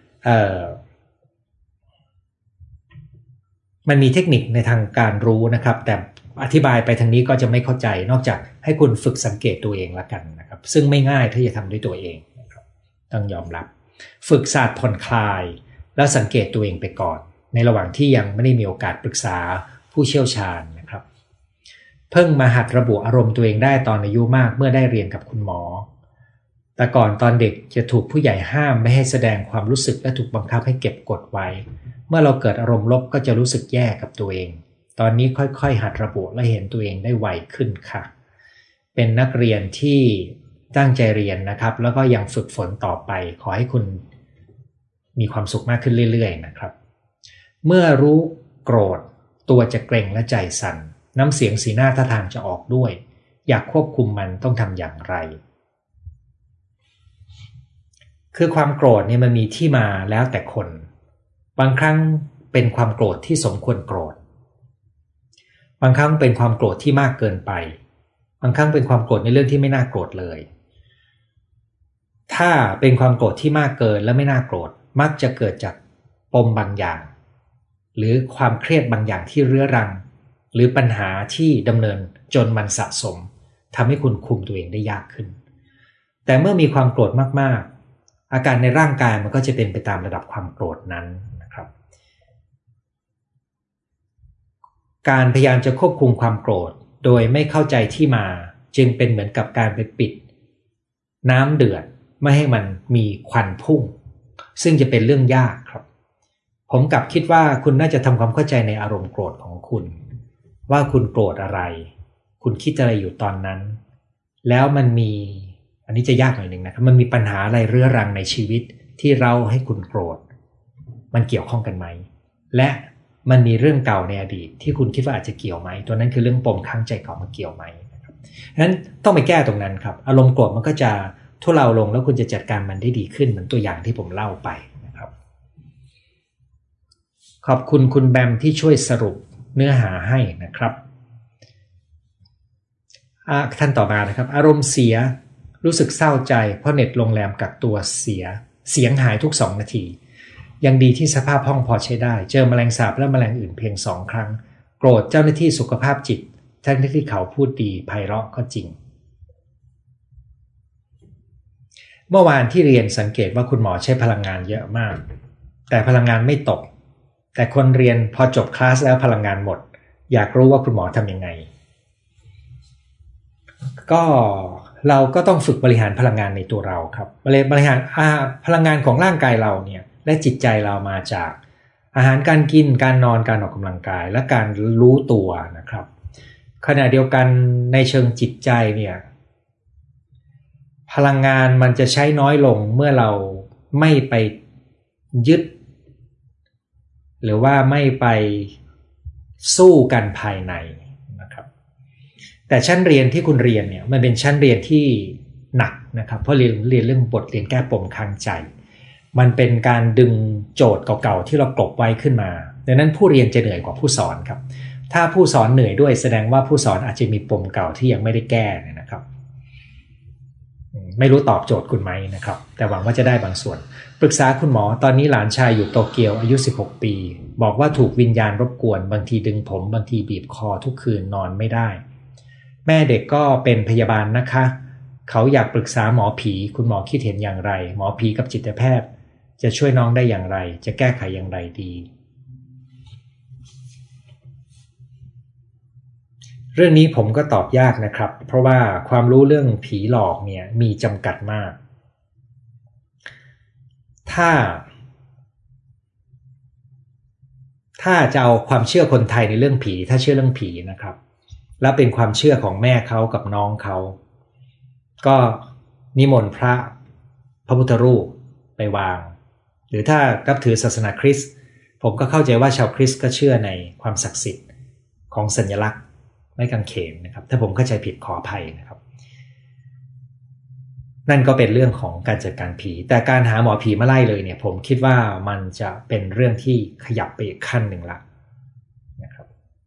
มันมีเทคนิคในทางการรู้นะครับแต่อธิบายไปทางนี้ก็จะไม่เข้าใจนอกจากให้คุณฝึกสังเกตตัวเองละกันนะครับซึ่งไม่ง่ายที่จะทำด้วยตัวเองนะครับต้องยอมรับฝึกศาสตร์ผ่อนคลายแล้วสังเกตตัวเองไปก่อนในระหว่างที่ยังไม่ได้มีโอกาสปรึกษาผู้เชี่ยวชาญนะครับเพิ่งมาหัดระบุอารมณ์ตัวเองได้ตอนอายุมากเมื่อได้เรียนกับคุณหมอแต่ก่อนตอนเด็กจะถูกผู้ใหญ่ห้ามไม่ให้แสดงความรู้สึกและถูกบังคับให้เก็บกดไว้เมื่อเราเกิดอารมณ์ลบก็จะรู้สึกแย่กับตัวเองตอนนี้ค่อยๆหัดระบุและเห็นตัวเองได้ไวขึ้นค่ะเป็นนักเรียนที่ตั้งใจเรียนนะครับแล้วก็ยังฝึกฝนต่อไปขอให้คุณมีความสุขมากขึ้นเรื่อยๆนะครับเมื่อรู้โกรธตัวจะเกร็งและใจสั่นน้ำเสียงสีหน้าท่าทางจะออกด้วยอยากควบคุมมันต้องทำอย่างไรคือความโกรธเนี่ยมันมีที่มาแล้วแต่คนบางครั้งเป็นความโกรธที่สมควรโกรธบางครั้งเป็นความโกรธที่มากเกินไปบางครั้งเป็นความโกรธในเรื่องที่ไม่น่าโกรธเลยถ้าเป็นความโกรธที่มากเกินและไม่น่าโกรธมักจะเกิดจากปมบางอย่างหรือความเครียดบางอย่างที่เรื้อรังหรือปัญหาที่ดำเนินจนมันสะสมทำให้คุณคุมตัวเองได้ยากขึ้นแต่เมื่อมีความโกรธมากๆอาการในร่างกายมันก็จะเป็นไปตามระดับความโกรธนั้นนะครับการพยายามจะควบคุมความโกรธโดยไม่เข้าใจที่มาจึงเป็นเหมือนกับการไปปิดน้ำเดือดไม่ให้มันมีควันพุ่งซึ่งจะเป็นเรื่องยากครับผมกลับคิดว่าคุณน่าจะทำความเข้าใจในอารมณ์โกรธของคุณว่าคุณโกรธอะไรคุณคิดอะไรอยู่ตอนนั้นแล้วมันมีอันนี้จะยากหน่อยนึงนะครับมันมีปัญหาอะไรเรื้อรังในชีวิตที่เราให้คุณโกรธมันเกี่ยวข้องกันไหมและมันมีเรื่องเก่าในอดีตที่คุณคิดว่าอาจจะเกี่ยวไหมตัวนั้นคือเรื่องปมค้างใจเก่ามาเกี่ยวไหมนะครับฉะนั้นต้องไปแก้ตรงนั้นครับอารมณ์โกรธมันก็จะทุเลาลงแล้วคุณจะจัดการมันได้ดีขึ้นเหมือนตัวอย่างที่ผมเล่าไปนะครับขอบคุณคุณแบมที่ช่วยสรุปเนื้อหาให้นะครับท่านต่อมานะครับอารมณ์เสียรู้สึกเศร้าใจเพราะเน็ตโรงแรมกักตัวเสียงหายทุก2 นาทียังดีที่สภาพห้องพอใช้ได้เจอแมลงสาบและแมลงอื่นเพียง2 ครั้งโกรธเจ้าหน้าที่สุขภาพจิตทั้งที่เขาพูดดีไพเราะก็จริงเมื่อวานที่เรียนสังเกตว่าคุณหมอใช้พลังงานเยอะมากแต่พลังงานไม่ตกแต่คนเรียนพอจบคลาสแล้วพลังงานหมดอยากรู้ว่าคุณหมอทำยังไงก็เราก็ต้องฝึกบริหารพลังงานในตัวเราครับบริหารพลังงานของร่างกายเราเนี่ยและจิตใจเรามาจากอาหารการกินการนอนการออกกำลังกายและการรู้ตัวนะครับขณะเดียวกันในเชิงจิตใจเนี่ยพลังงานมันจะใช้น้อยลงเมื่อเราไม่ไปยึดหรือว่าไม่ไปสู้กันภายในนะครับแต่ชั้นเรียนที่คุณเรียนเนี่ยมันเป็นชั้นเรียนที่หนักนะครับเพราะเรียนเรื่องบทเรียนแก้ปมค้างใจมันเป็นการดึงโจทย์เก่าๆที่เรากลบไว้ขึ้นมาดังนั้นผู้เรียนจะเหนื่อยกว่าผู้สอนครับถ้าผู้สอนเหนื่อยด้วยแสดงว่าผู้สอนอาจจะมีปมเก่าที่ยังไม่ได้แก้นะครับไม่รู้ตอบโจทย์คุณไหมนะครับแต่หวังว่าจะได้บางส่วนปรึกษาคุณหมอตอนนี้หลานชายอยู่โตเกียวอายุ16 ปีบอกว่าถูกวิญญาณรบกวนบางทีดึงผมบางทีบีบคอทุกคืนนอนไม่ได้แม่เด็กก็เป็นพยาบาลนะคะเขาอยากปรึกษาหมอผีคุณหมอคิดเห็นอย่างไรหมอผีกับจิตแพทย์จะช่วยน้องได้อย่างไรจะแก้ไขอย่างไรดีเรื่องนี้ผมก็ตอบยากนะครับเพราะว่าความรู้เรื่องผีหลอกเนี่ยมีจำกัดมากถ้าถ้าจะเอาความเชื่อคนไทยในเรื่องผีถ้าเชื่อเรื่องผีนะครับแล้วเป็นความเชื่อของแม่เขากับน้องเขาก็นิมนต์พระพุทธรูปไปวางหรือถ้านับถือศาสนาคริสต์ผมก็เข้าใจว่าชาวคริสต์ก็เชื่อในความศักดิ์สิทธิ์ของสัญลักษณ์ไม้กางเขนนะครับถ้าผมเข้าใจผิดขออภัยนะครับนั่นก็เป็นเรื่องของการจัดการผีแต่การหาหมอผีมาไล่เลยเนี่ยผมคิดว่ามันจะเป็นเรื่องที่ขยับไปอีกขั้นหนึ่งละนะครับ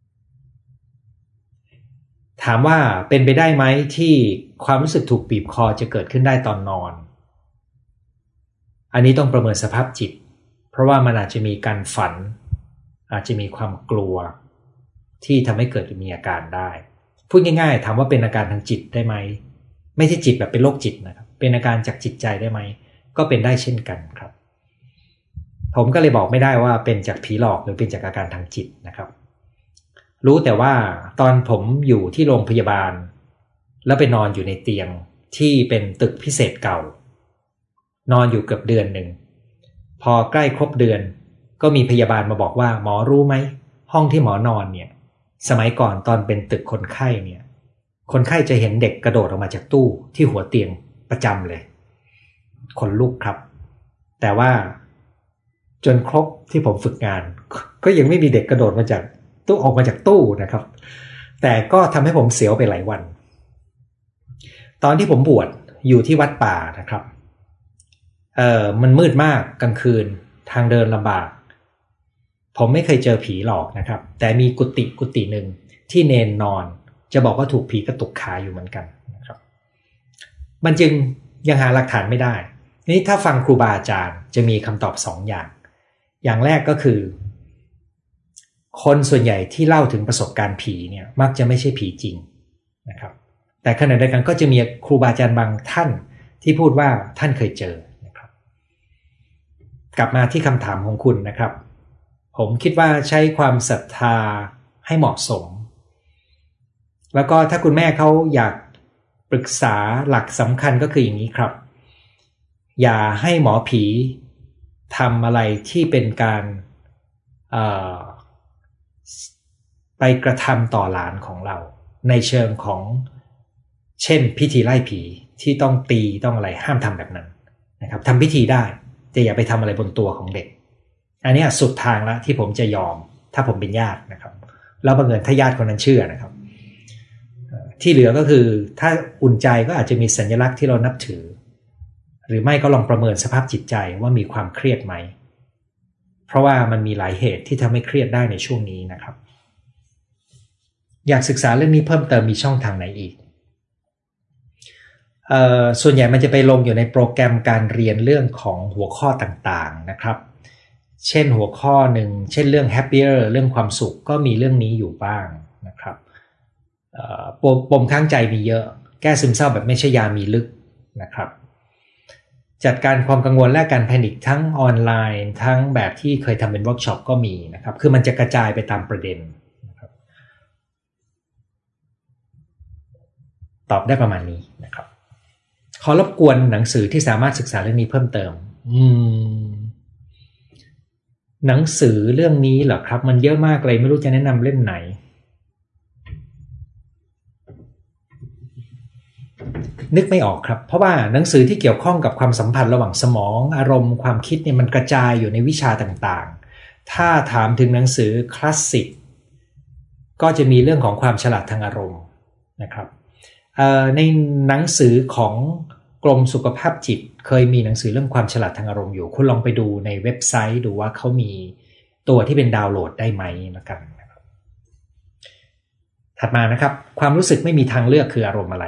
ถามว่าเป็นไปได้ไหมที่ความรู้สึกถูกบีบคอจะเกิดขึ้นได้ตอนนอนอันนี้ต้องประเมินสภาพจิตเพราะว่ามันอาจจะมีการฝันอาจจะมีความกลัวที่ทำให้เกิดมีอาการได้พูดง่ายๆถามว่าเป็นอาการทางจิตได้ไหมไม่ใช่จิตแบบเป็นโรคจิตนะครับเป็นอาการจากจิตใจได้ไหมก็เป็นได้เช่นกันครับผมก็เลยบอกไม่ได้ว่าเป็นจากผีหลอกหรือเป็นจากอาการทางจิตนะครับรู้แต่ว่าตอนผมอยู่ที่โรงพยาบาลแล้วไปนอนอยู่ในเตียงที่เป็นตึกพิเศษเก่านอนอยู่เกือบเดือนหนึ่งพอใกล้ครบเดือนก็มีพยาบาลมาบอกว่าหมอรู้ไหมห้องที่หมอนอนเนี่ยสมัยก่อนตอนเป็นตึกคนไข้เนี่ยคนไข้จะเห็นเด็กกระโดดออกมาจากตู้ที่หัวเตียงประจำเลยขนลุกครับแต่ว่าจนครบที่ผมฝึกงานก็ยังไม่มีเด็กกระโดดมาจากตู้ออกมาจากตู้นะครับแต่ก็ทำให้ผมเสียวไปหลายวันตอนที่ผมบวชอยู่ที่วัดป่านะครับมันมืดมากกลางคืนทางเดินลำบากผมไม่เคยเจอผีหลอกนะครับแต่มีกุฏิหนึ่งที่เนนนอนจะบอกว่าถูกผีกระตุกขาอยู่เหมือนกันนะครับมันจึงยังหาหลักฐานไม่ได้นี่ถ้าฟังครูบาอาจารย์จะมีคำตอบ2 อย่างแรกก็คือคนส่วนใหญ่ที่เล่าถึงประสบการณ์ผีเนี่ยมักจะไม่ใช่ผีจริงนะครับแต่ขณะเดียวกันก็จะมีครูบาอาจารย์บางท่านที่พูดว่าท่านเคยเจอนะครับกลับมาที่คำถามของคุณนะครับผมคิดว่าใช้ความศรัทธาให้เหมาะสมแล้วก็ถ้าคุณแม่เขาอยากปรึกษาหลักสำคัญก็คืออย่างนี้ครับอย่าให้หมอผีทำอะไรที่เป็นการไปกระทำต่อหลานของเราในเชิงของเช่นพิธีไล่ผีที่ต้องตีต้องอะไรห้ามทำแบบนั้นนะครับทำพิธีได้แต่อย่าไปทำอะไรบนตัวของเด็กอันนี้สุดทางแล้วที่ผมจะยอมถ้าผมเป็นญาตินะครับแล้วบังเอิญถ้าญาติคนนั้นเชื่อนะครับที่เหลือก็คือถ้าอุ่นใจก็อาจจะมีสัญลักษณ์ที่เรานับถือหรือไม่ก็ลองประเมินสภาพจิตใจว่ามีความเครียดไหมเพราะว่ามันมีหลายเหตุที่ทำให้เครียดได้ในช่วงนี้นะครับอยากศึกษาเรื่องนี้เพิ่มเติมมีช่องทางไหนอีกส่วนใหญ่มันจะไปลงอยู่ในโปรแกรมการเรียนเรื่องของหัวข้อต่างๆนะครับเช่นหัวข้อหนึ่งเช่นเรื่อง happier เรื่องความสุขก็มีเรื่องนี้อยู่บ้างนะครับปมข้างใจมีเยอะแก้ซึมเศร้าแบบไม่ใช่ยามีลึกนะครับจัดการความกังวลและการแพนิคทั้งออนไลน์ทั้งแบบที่เคยทำเป็นเวิร์กช็อปก็มีนะครับคือมันจะกระจายไปตามประเด็นนะครับตอบได้ประมาณนี้นะครับขอรบกวนหนังสือที่สามารถศึกษาเรื่องนี้เพิ่มเติมหนังสือเรื่องนี้เหรอครับมันเยอะมากเลยไม่รู้จะแนะนำเล่มไหนนึกไม่ออกครับเพราะว่าหนังสือที่เกี่ยวข้องกับความสัมพันธ์ระหว่างสมองอารมณ์ความคิดเนี่ยมันกระจายอยู่ในวิชาต่างๆถ้าถามถึงหนังสือคลาสสิกก็จะมีเรื่องของความฉลาดทางอารมณ์นะครับในหนังสือของกรมสุขภาพจิตเคยมีหนังสือเรื่องความฉลาดทางอารมณ์อยู่คุณลองไปดูในเว็บไซต์ดูว่าเขามีตัวที่เป็นดาวน์โหลดได้ไหมนะครับถัดมานะครับความรู้สึกไม่มีทางเลือกคืออารมณ์อะไร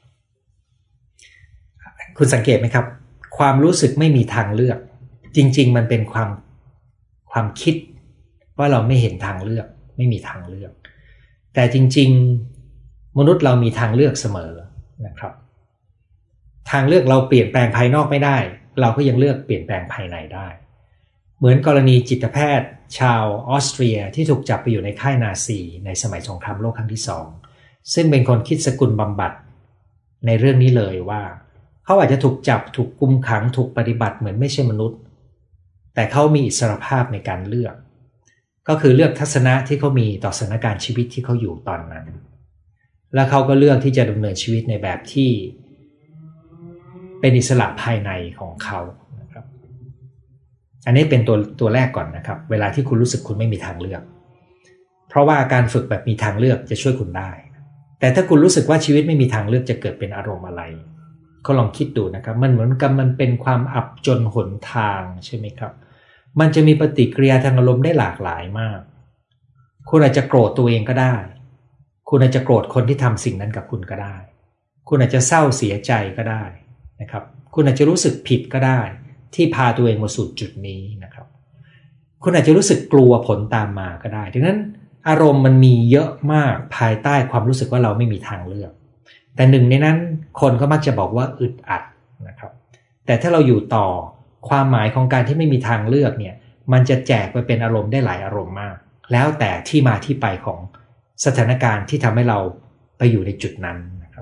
คุณสังเกตไหมครับความรู้สึกไม่มีทางเลือกจริงๆมันเป็นความคิดว่าเราไม่เห็นทางเลือกไม่มีทางเลือกแต่จริงๆมนุษย์เรามีทางเลือกเสมอนะครับทางเลือกเราเปลี่ยนแปลงภายนอกไม่ได้เราก็ยังเลือกเปลี่ยนแปลงภายในได้เหมือนกรณีจิตแพทย์ชาวออสเตรียที่ถูกจับไปอยู่ในค่ายนาซีในสมัยสงครามโลกครั้งที่2ซึ่งเป็นคนคิดสกุลบำบัดในเรื่องนี้เลยว่าเขาอาจจะถูกจับถูกกุมขังถูกปฏิบัติเหมือนไม่ใช่มนุษย์แต่เขามีอิสรภาพในการเลือกก็คือเลือกทัศนะที่เขามีต่อสถานการณ์ชีวิตที่เขาอยู่ตอนนั้นแล้วเขาก็เลือกที่จะดำเนินชีวิตในแบบที่เป็นอิสระภายในของเขานะครับอันนี้เป็นตัวแรกก่อนนะครับเวลาที่คุณรู้สึกคุณไม่มีทางเลือกเพราะว่าการฝึกแบบมีทางเลือกจะช่วยคุณได้แต่ถ้าคุณรู้สึกว่าชีวิตไม่มีทางเลือกจะเกิดเป็นอารมณ์อะไรก็ลองคิดดูนะครับมันเหมือนกับมันเป็นความอับจนหนทางใช่ไหมครับมันจะมีปฏิกิริยาทางอารมณ์ได้หลากหลายมากคุณอาจจะโกรธตัวเองก็ได้คุณอาจจะโกรธคนที่ทำสิ่งนั้นกับคุณก็ได้คุณอาจจะเศร้าเสียใจก็ได้นะครับคุณอาจจะรู้สึกผิดก็ได้ที่พาตัวเองมาสู่จุดนี้นะครับคุณอาจจะรู้สึกกลัวผลตามมาก็ได้ดังนั้นอารมณ์มันมีเยอะมากภายใต้ความรู้สึกว่าเราไม่มีทางเลือกแต่หนึ่งในนั้นคนก็มักจะบอกว่าอึดอัดนะครับแต่ถ้าเราอยู่ต่อความหมายของการที่ไม่มีทางเลือกเนี่ยมันจะแจกไปเป็นอารมณ์ได้หลายอารมณ์มากแล้วแต่ที่มาที่ไปของสถานการณ์ที่ทำให้เราไปอยู่ในจุดนั้นนะครับ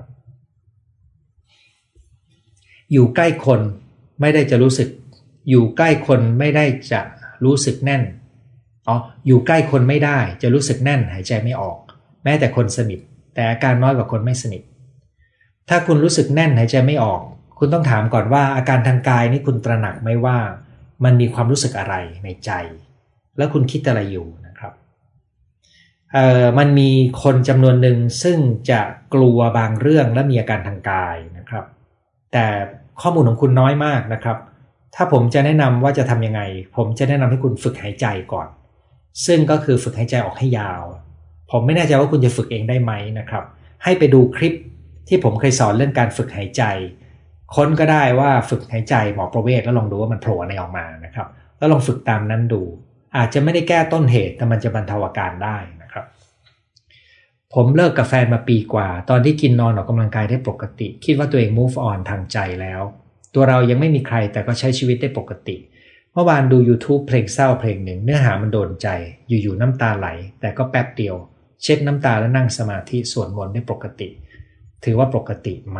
อยู่ใกล้คนไม่ได้จะรู้สึกอยู่ใกล้คนไม่ได้จะรู้สึกแน่นอยู่ใกล้คนไม่ได้จะรู้สึกแน่นหายใจไม่ออกแม้แต่คนสนิทแต่อาการน้อยกว่าคนไม่สนิทถ้าคุณรู้สึกแน่นหายใจไม่ออกคุณต้องถามก่อนว่าอาการทางกายนี่คุณตระหนักไหมว่ามันมีความรู้สึกอะไรในใจแล้วคุณคิดอะไรอยู่นะครับมันมีคนจำนวนหนึ่งซึ่งจะกลัวบางเรื่องและมีอาการทางกายนะครับแต่ข้อมูลของคุณน้อยมากนะครับถ้าผมจะแนะนำว่าจะทำยังไงผมจะแนะนำให้คุณฝึกหายใจก่อนซึ่งก็คือฝึกหายใจออกให้ยาวผมไม่แน่ใจว่าคุณจะฝึกเองได้ไหมนะครับให้ไปดูคลิปที่ผมเคยสอนเรื่องการฝึกหายใจค้นก็ได้ว่าฝึกหายใจหมอประเวศแล้วลองดูว่ามันโผล่อะไรออกมานะครับแล้วลองฝึกตามนั้นดูอาจจะไม่ได้แก้ต้นเหตุแต่มันจะบรรเทาอาการได้นะครับผมเลิกกับแฟนมาปีกว่าตอนที่กินนอนออกกำลังกายได้ปกติคิดว่าตัวเอง move on ทางใจแล้วตัวเรายังไม่มีใครแต่ก็ใช้ชีวิตได้ปกติเมื่อวานดู YouTube เพลงเศร้าเพลงหนึ่งเนื้อหามันโดนใจอยู่ๆน้ำตาไหลแต่ก็แป๊บเดียวเช็ดน้ำตาแล้วนั่งสมาธิสวดมนต์ได้ปกติถือว่าปกติไหม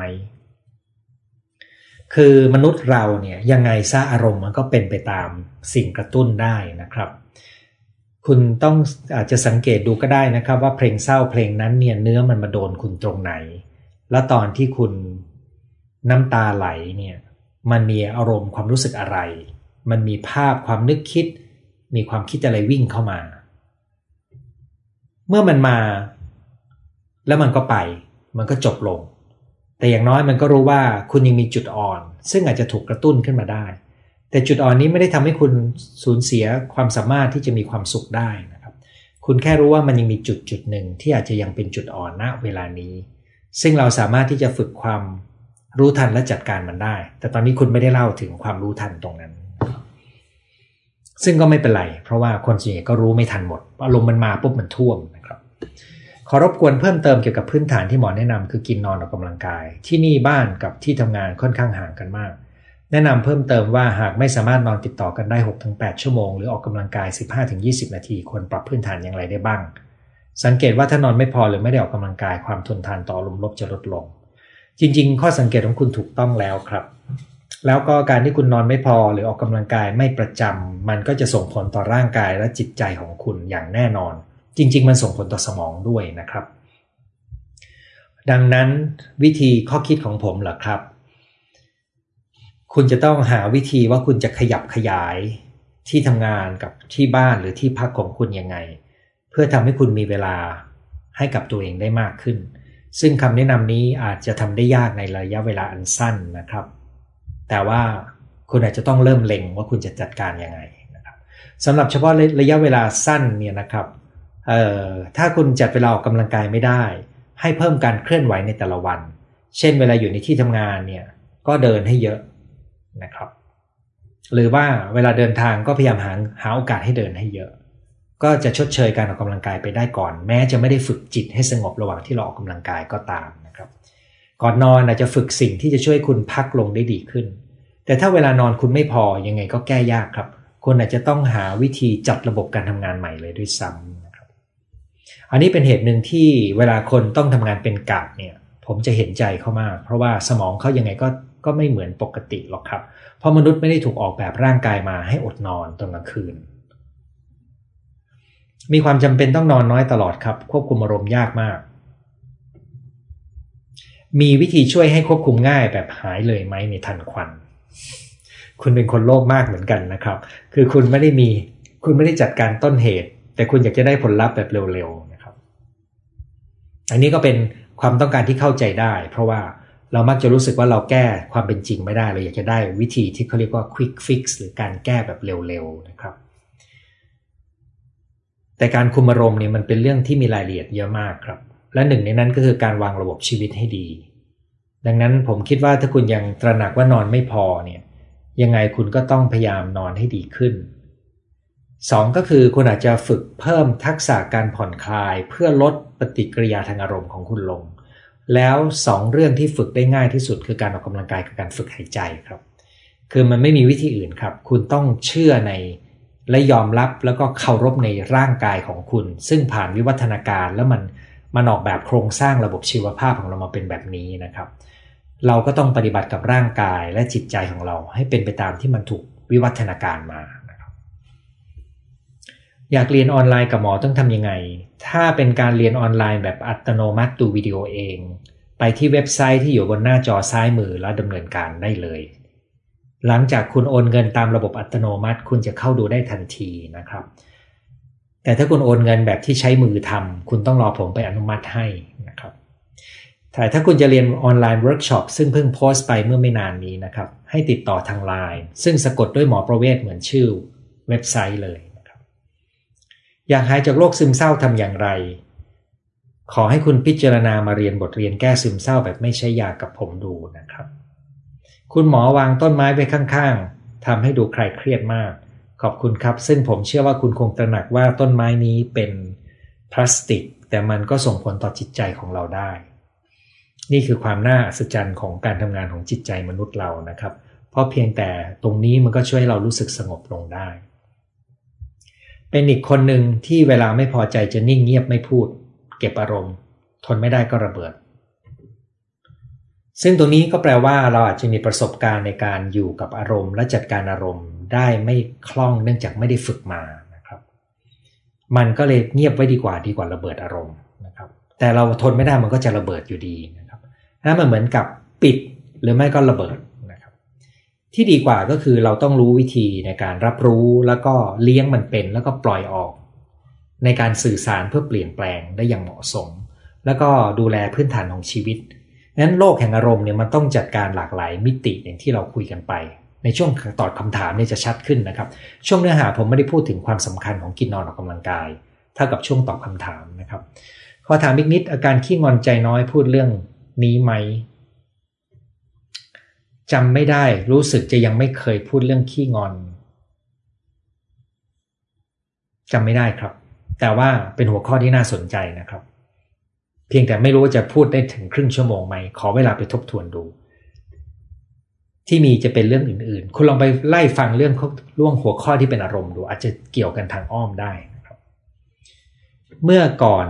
คือมนุษย์เราเนี่ยยังไงซะอารมณ์มันก็เป็นไปตามสิ่งกระตุ้นได้นะครับคุณต้องอาจจะสังเกตดูก็ได้นะครับว่าเพลงเศร้าเพลงนั้นเนี่ยเนื้อมันมาโดนคุณตรงไหนแล้วตอนที่คุณน้ำตาไหลเนี่ยมันมีอารมณ์ความรู้สึกอะไรมันมีภาพความนึกคิดมีความคิดอะไรวิ่งเข้ามาเมื่อมันมาแล้วมันก็ไปมันก็จบลงแต่อย่างน้อยมันก็รู้ว่าคุณยังมีจุดอ่อนซึ่งอาจจะถูกกระตุ้นขึ้นมาได้แต่จุดอ่อนนี้ไม่ได้ทำให้คุณสูญเสียความสามารถที่จะมีความสุขได้นะครับคุณแค่รู้ว่ามันยังมีจุดหนึ่งที่อาจจะยังเป็นจุดอ่อนณเวลานี้ซึ่งเราสามารถที่จะฝึกความรู้ทันและจัดการมันได้แต่ตอนนี้คุณไม่ได้เล่าถึงความรู้ทันตรงนั้นซึ่งก็ไม่เป็นไรเพราะว่าคนส่วนใหญ่ก็รู้ไม่ทันหมดอารมณ์มันมาปุ๊บมันท่วมนะครับขอรบกวนเพิ่มเติมเกี่ยวกับพื้นฐานที่หมอแนะนำคือกินนอนออกกำลังกายที่นี่บ้านกับที่ทำงานค่อนข้างห่างกันมากแนะนำเพิ่มเติมว่าหากไม่สามารถนอนติดต่อกันได้ 6-8 ชั่วโมงหรือออกกำลังกาย 15-20 นาทีควรปรับพื้นฐานอย่างไรได้บ้างสังเกตว่าถ้านอนไม่พอหรือไม่ได้ออกกำลังกายความทนทานต่ออารมณ์ลบจะลดลงจริงๆข้อสังเกตของคุณถูกต้องแล้วครับแล้วก็การที่คุณนอนไม่พอหรือออกกำลังกายไม่ประจำมันก็จะส่งผลต่อร่างกายและจิตใจของคุณอย่างแน่นอนจริงๆมันส่งผลต่อสมองด้วยนะครับดังนั้นวิธีข้อคิดของผมเหรอครับคุณจะต้องหาวิธีว่าคุณจะขยับขยายที่ทำงานกับที่บ้านหรือที่พักของคุณยังไงเพื่อทำให้คุณมีเวลาให้กับตัวเองได้มากขึ้นซึ่งคำแนะนำนี้อาจจะทำได้ยากในระยะเวลาอันสั้นนะครับแต่ว่าคุณอาจจะต้องเริ่มเล็งว่าคุณจะจัดการยังไงนะครับสำหรับเฉพาะระยะเวลาสั้นเนี่ยนะครับถ้าคุณจัดเวลาออกกำลังกายไม่ได้ให้เพิ่มการเคลื่อนไหวในแต่ละวันเช่นเวลาอยู่ในที่ทำงานเนี่ยก็เดินให้เยอะนะครับหรือว่าเวลาเดินทางก็พยายามหาโอกาสให้เดินให้เยอะก็จะชดเชยการออกกำลังกายไปได้ก่อนแม้จะไม่ได้ฝึกจิตให้สงบระหว่างที่เราออกกำลังกายก็ตามนะครับก่อนนอนอาจจะฝึกสิ่งที่จะช่วยคุณพักลงได้ดีขึ้นแต่ถ้าเวลานอนคุณไม่พอยังไงก็แก้ยากครับคุณอาจจะต้องหาวิธีจัดระบบการทำงานใหม่เลยด้วยซ้ำนะครับอันนี้เป็นเหตุหนึ่งที่เวลาคนต้องทำงานเป็นกะเนี่ยผมจะเห็นใจเขามากเพราะว่าสมองเขายังไงก็ไม่เหมือนปกติหรอกครับเพราะมนุษย์ไม่ได้ถูกออกแบบร่างกายมาให้อดนอนตอนกลางคืนมีความจำเป็นต้องนอนน้อยตลอดครับควบคุมอารมณ์ยากมากมีวิธีช่วยให้ควบคุมง่ายแบบหายเลยไหมในทันควันคุณเป็นคนโลภมากเหมือนกันนะครับคือคุณไม่ได้จัดการต้นเหตุแต่คุณอยากจะได้ผลลัพธ์แบบเร็วๆนะครับอันนี้ก็เป็นความต้องการที่เข้าใจได้เพราะว่าเรามักจะรู้สึกว่าเราแก้ความเป็นจริงไม่ได้เราอยากจะได้วิธีที่เขาเรียกว่า quick fix หรือการแก้แบบเร็วๆนะครับแต่การคุมอารมณ์เนี่ยมันเป็นเรื่องที่มีรายละเอียดเยอะมากครับและหนึ่งในนั้นก็คือการวางระบบชีวิตให้ดีดังนั้นผมคิดว่าถ้าคุณยังตระหนักว่านอนไม่พอเนี่ยยังไงคุณก็ต้องพยายามนอนให้ดีขึ้น2ก็คือคุณอาจจะฝึกเพิ่มทักษะการผ่อนคลายเพื่อลดปฏิกิริยาทางอารมณ์ของคุณลงแล้ว2เรื่องที่ฝึกได้ง่ายที่สุดคือการออกกำลังกายกับการฝึกหายใจครับคือมันไม่มีวิธีอื่นครับคุณต้องเชื่อในและยอมรับแล้วก็เคารพในร่างกายของคุณซึ่งผ่านวิวัฒนาการแล้วมันออกแบบโครงสร้างระบบชีวภาพของเรามาเป็นแบบนี้นะครับเราก็ต้องปฏิบัติกับร่างกายและจิตใจของเราให้เป็นไปตามที่มันถูกวิวัฒนาการมานะครับอยากเรียนออนไลน์กับหมอต้องทำยังไงถ้าเป็นการเรียนออนไลน์แบบอัตโนมัติดูวิดีโอเองไปที่เว็บไซต์ที่อยู่บนหน้าจอซ้ายมือแล้วดำเนินการได้เลยหลังจากคุณโอนเงินตามระบบอัตโนมัติคุณจะเข้าดูได้ทันทีนะครับแต่ถ้าคุณโอนเงินแบบที่ใช้มือทำคุณต้องรอผมไปอนุมัติให้นะครับแต่ถ้าคุณจะเรียนออนไลน์เวิร์กช็อปซึ่งเพิ่งโพสต์ไปเมื่อไม่นานนี้นะครับให้ติดต่อทาง LINE ซึ่งสะกดด้วยหมอประเวศเหมือนชื่อเว็บไซต์เลยนะครับอยากหายจากโรคซึมเศร้าทำอย่างไรขอให้คุณพิจารณามาเรียนบทเรียนแก้ซึมเศร้าแบบไม่ใช้ยากับผมดูนะครับคุณหมอวางต้นไม้ไว้ข้างๆทำให้ดูคลายเครียดมากขอบคุณครับซึ่งผมเชื่อว่าคุณคงตระหนักว่าต้นไม้นี้เป็นพลาสติกแต่มันก็ส่งผลต่อจิตใจของเราได้นี่คือความน่าอัศจรรย์ของการทำงานของจิตใจมนุษย์เรานะครับเพราะเพียงแต่ตรงนี้มันก็ช่วยให้เรารู้สึกสงบลงได้เป็นอีกคนหนึ่งที่เวลาไม่พอใจจะนิ่งเงียบไม่พูดเก็บอารมณ์ทนไม่ได้ก็ระเบิดซึ่งตรงนี้ก็แปลว่าเราอาจจะมีประสบการณ์ในการอยู่กับอารมณ์และจัดการอารมณ์ได้ไม่คล่องเนื่องจากไม่ได้ฝึกมานะครับมันก็เลยเงียบไว้ดีกว่าระเบิดอารมณ์นะครับแต่เราทนไม่ได้มันก็จะระเบิดอยู่ดีนะครับนั่นมันเหมือนกับปิดหรือไม่ก็ระเบิดนะครับที่ดีกว่าก็คือเราต้องรู้วิธีในการรับรู้แล้วก็เลี้ยงมันเป็นแล้วก็ปล่อยออกในการสื่อสารเพื่อเปลี่ยนแปลงได้อย่างเหมาะสมแล้วก็ดูแลพื้นฐานของชีวิตนั้นโลกแห่งอารมณ์เนี่ยมันต้องจัดการหลากหลายมิติอย่างที่เราคุยกันไปในช่วงตอบคำถามเนี่ยจะชัดขึ้นนะครับช่วงเนื้อหาผมไม่ได้พูดถึงความสำคัญของกินนอนออกกำลังกายเท่ากับช่วงตอบคำถามนะครับขอถามอีกนิดอาการขี้งอนใจน้อยพูดเรื่องนี้ไหมจำไม่ได้รู้สึกจะยังไม่เคยพูดเรื่องขี้งอนจำไม่ได้ครับแต่ว่าเป็นหัวข้อที่น่าสนใจนะครับเพียงแต่ไม่รู้ว่าจะพูดได้ถึงครึ่งชั่วโมงไหมขอเวลาไปทบทวนดูที่มีจะเป็นเรื่องอื่นๆคุณลองไปไล่ฟังเรื่องหัวข้อที่เป็นอารมณ์ดูอาจจะเกี่ยวกันทางอ้อมได้นะครับเมื่อก่อน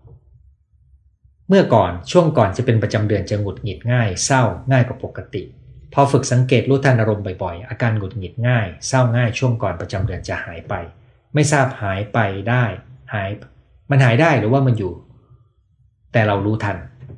ช่วงก่อนจะเป็นประจำเดือนจะหงุดหงิดง่ายเศร้าง่ายกว่าปกติพอฝึกสังเกตรู้ทันอารมณ์บ่อยๆอาการหงุดหงิดง่ายเศร้าง่ายช่วงก่อนประจำเดือนจะหายไปไม่ทราบหายไปได้มันหายได้หรือว่ามันอยู่แต่เรารู้ทัน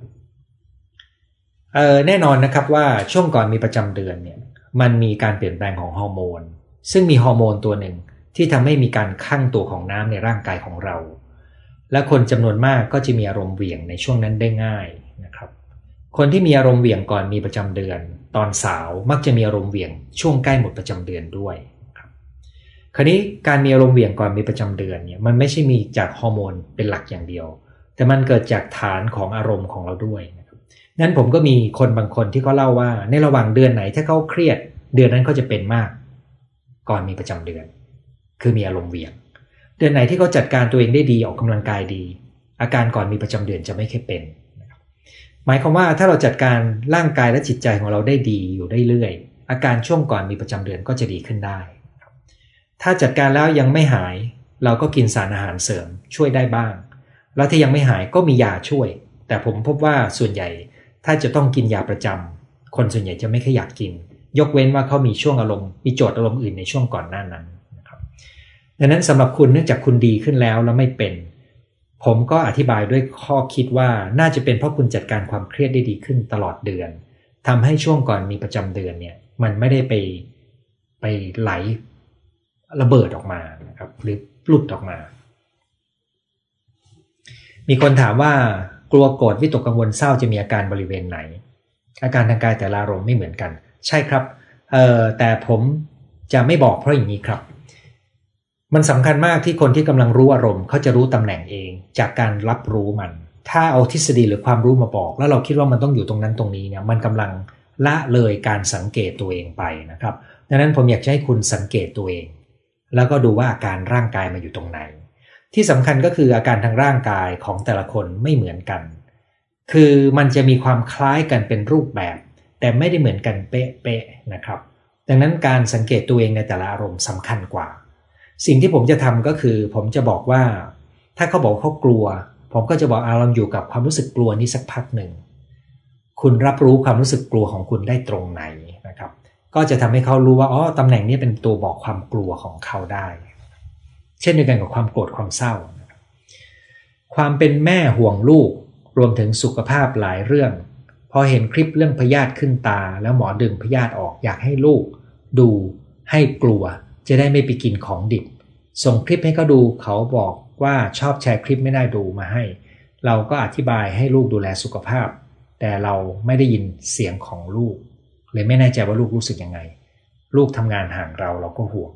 แน่นอนนะครับว่าช่วงก่อนมีประจำเดือนเนี่ยมันมีการเปลี่ยนแปลงของฮอร์โมนซึ่งมีฮอร์โมนตัวหนึ่งที่ทำให้มีการคั่งตัวของน้ำในร่างกายของเราและคนจำนวนมากก็จะมีอารมณ์เหวี่ยงในช่วงนั้นได้ง่ายนะครับคนที่มีอารมณ์เหวี่ยงก่อนมีประจำเดือนตอนสาวมักจะมีอารมณ์เหวี่ยงช่วงใกล้หมดประจำเดือนด้วยครับคราวนี้การมีอารมณ์เหวี่ยงก่อนมีประจำเดือนเนี่ยมันไม่ใช่มีจากฮอร์โมนเป็นหลักอย่างเดียวแต่มันเกิดจากฐานของอารมณ์ของเราด้วยนะครับนั้นผมก็มีคนบางคนที่เขาเล่าว่าในระหว่างเดือนไหนถ้าเขาเครียดเดือนนั้นเขาจะเป็นมากก่อนมีประจำเดือนคือมีอารมณ์เหวี่ยงเดือนไหนที่เขาจัดการตัวเองได้ดีออกกำลังกายดีอาการก่อนมีประจำเดือนจะไม่ค่อยเป็นนะครับหมายความว่าถ้าเราจัดการร่างกายและจิตใจของเราได้ดีอยู่ได้เรื่อยอาการช่วงก่อนมีประจำเดือนก็จะดีขึ้นได้ถ้าจัดการแล้วยังไม่หายเราก็กินสารอาหารเสริมช่วยได้บ้างแล้วที่ยังไม่หายก็มียาช่วยแต่ผมพบว่าส่วนใหญ่ถ้าจะต้องกินยาประจำคนส่วนใหญ่จะไม่ค่อยอยากกินยกเว้นว่าเขามีช่วงอารมณ์มีโจทย์อารมณ์อื่นในช่วงก่อนหน้านั้นนะครับดังนั้นสำหรับคุณเนื่องจากคุณดีขึ้นแล้วไม่เป็นผมก็อธิบายด้วยข้อคิดว่าน่าจะเป็นเพราะคุณจัดการความเครียดได้ดีขึ้นตลอดเดือนทำให้ช่วงก่อนมีประจำเดือนเนี่ยมันไม่ได้ไปไหลระเบิดออกมานะครับหรือหลุดออกมามีคนถามว่ากลัวโกรธวิตกกังวลเศร้าจะมีอาการบริเวณไหนอาการทางกายแต่ละอารมณ์ไม่เหมือนกันใช่ครับแต่ผมจะไม่บอกเพราะอย่างนี้ครับมันสำคัญมากที่คนที่กำลังรู้อารมณ์เขาจะรู้ตำแหน่งเองจากการรับรู้มันถ้าเอาทฤษฎีหรือความรู้มาบอกแล้วเราคิดว่ามันต้องอยู่ตรงนั้นตรงนี้เนี่ยมันกำลังละเลยการสังเกตตัวเองไปนะครับดังนั้นผมอยากจะให้คุณสังเกตตัวเองแล้วก็ดูว่าอาการร่างกายมาอยู่ตรงไหนที่สำคัญก็คืออาการทางร่างกายของแต่ละคนไม่เหมือนกันคือมันจะมีความคล้ายกันเป็นรูปแบบแต่ไม่ได้เหมือนกันเป๊ะๆนะครับดังนั้นการสังเกตตัวเองในแต่ละอารมณ์สำคัญกว่าสิ่งที่ผมจะทำก็คือผมจะบอกว่าถ้าเขาบอกเขากลัวผมก็จะบอกลองอยู่กับความรู้สึกกลัวนี้สักพักหนึ่งคุณรับรู้ความรู้สึกกลัวของคุณได้ตรงไหนนะครับก็จะทำให้เขารู้ว่าตำแหน่งนี้เป็นตัวบอกความกลัวของเขาได้เช่นเดียวกันกับความโกรธความเศร้าความเป็นแม่ห่วงลูกรวมถึงสุขภาพหลายเรื่องพอเห็นคลิปเรื่องพยาธิขึ้นตาแล้วหมอดึงพยาธิออกอยากให้ลูกดูให้กลัวจะได้ไม่ไปกินของดิบส่งคลิปให้เขาดูเขาบอกว่าชอบแชร์คลิปไม่ได้ดูมาให้เราก็อธิบายให้ลูกดูแลสุขภาพแต่เราไม่ได้ยินเสียงของลูกเลยไม่แน่ใจว่าลูกรู้สึกยังไงลูกทำงานห่างเราก็ห่วง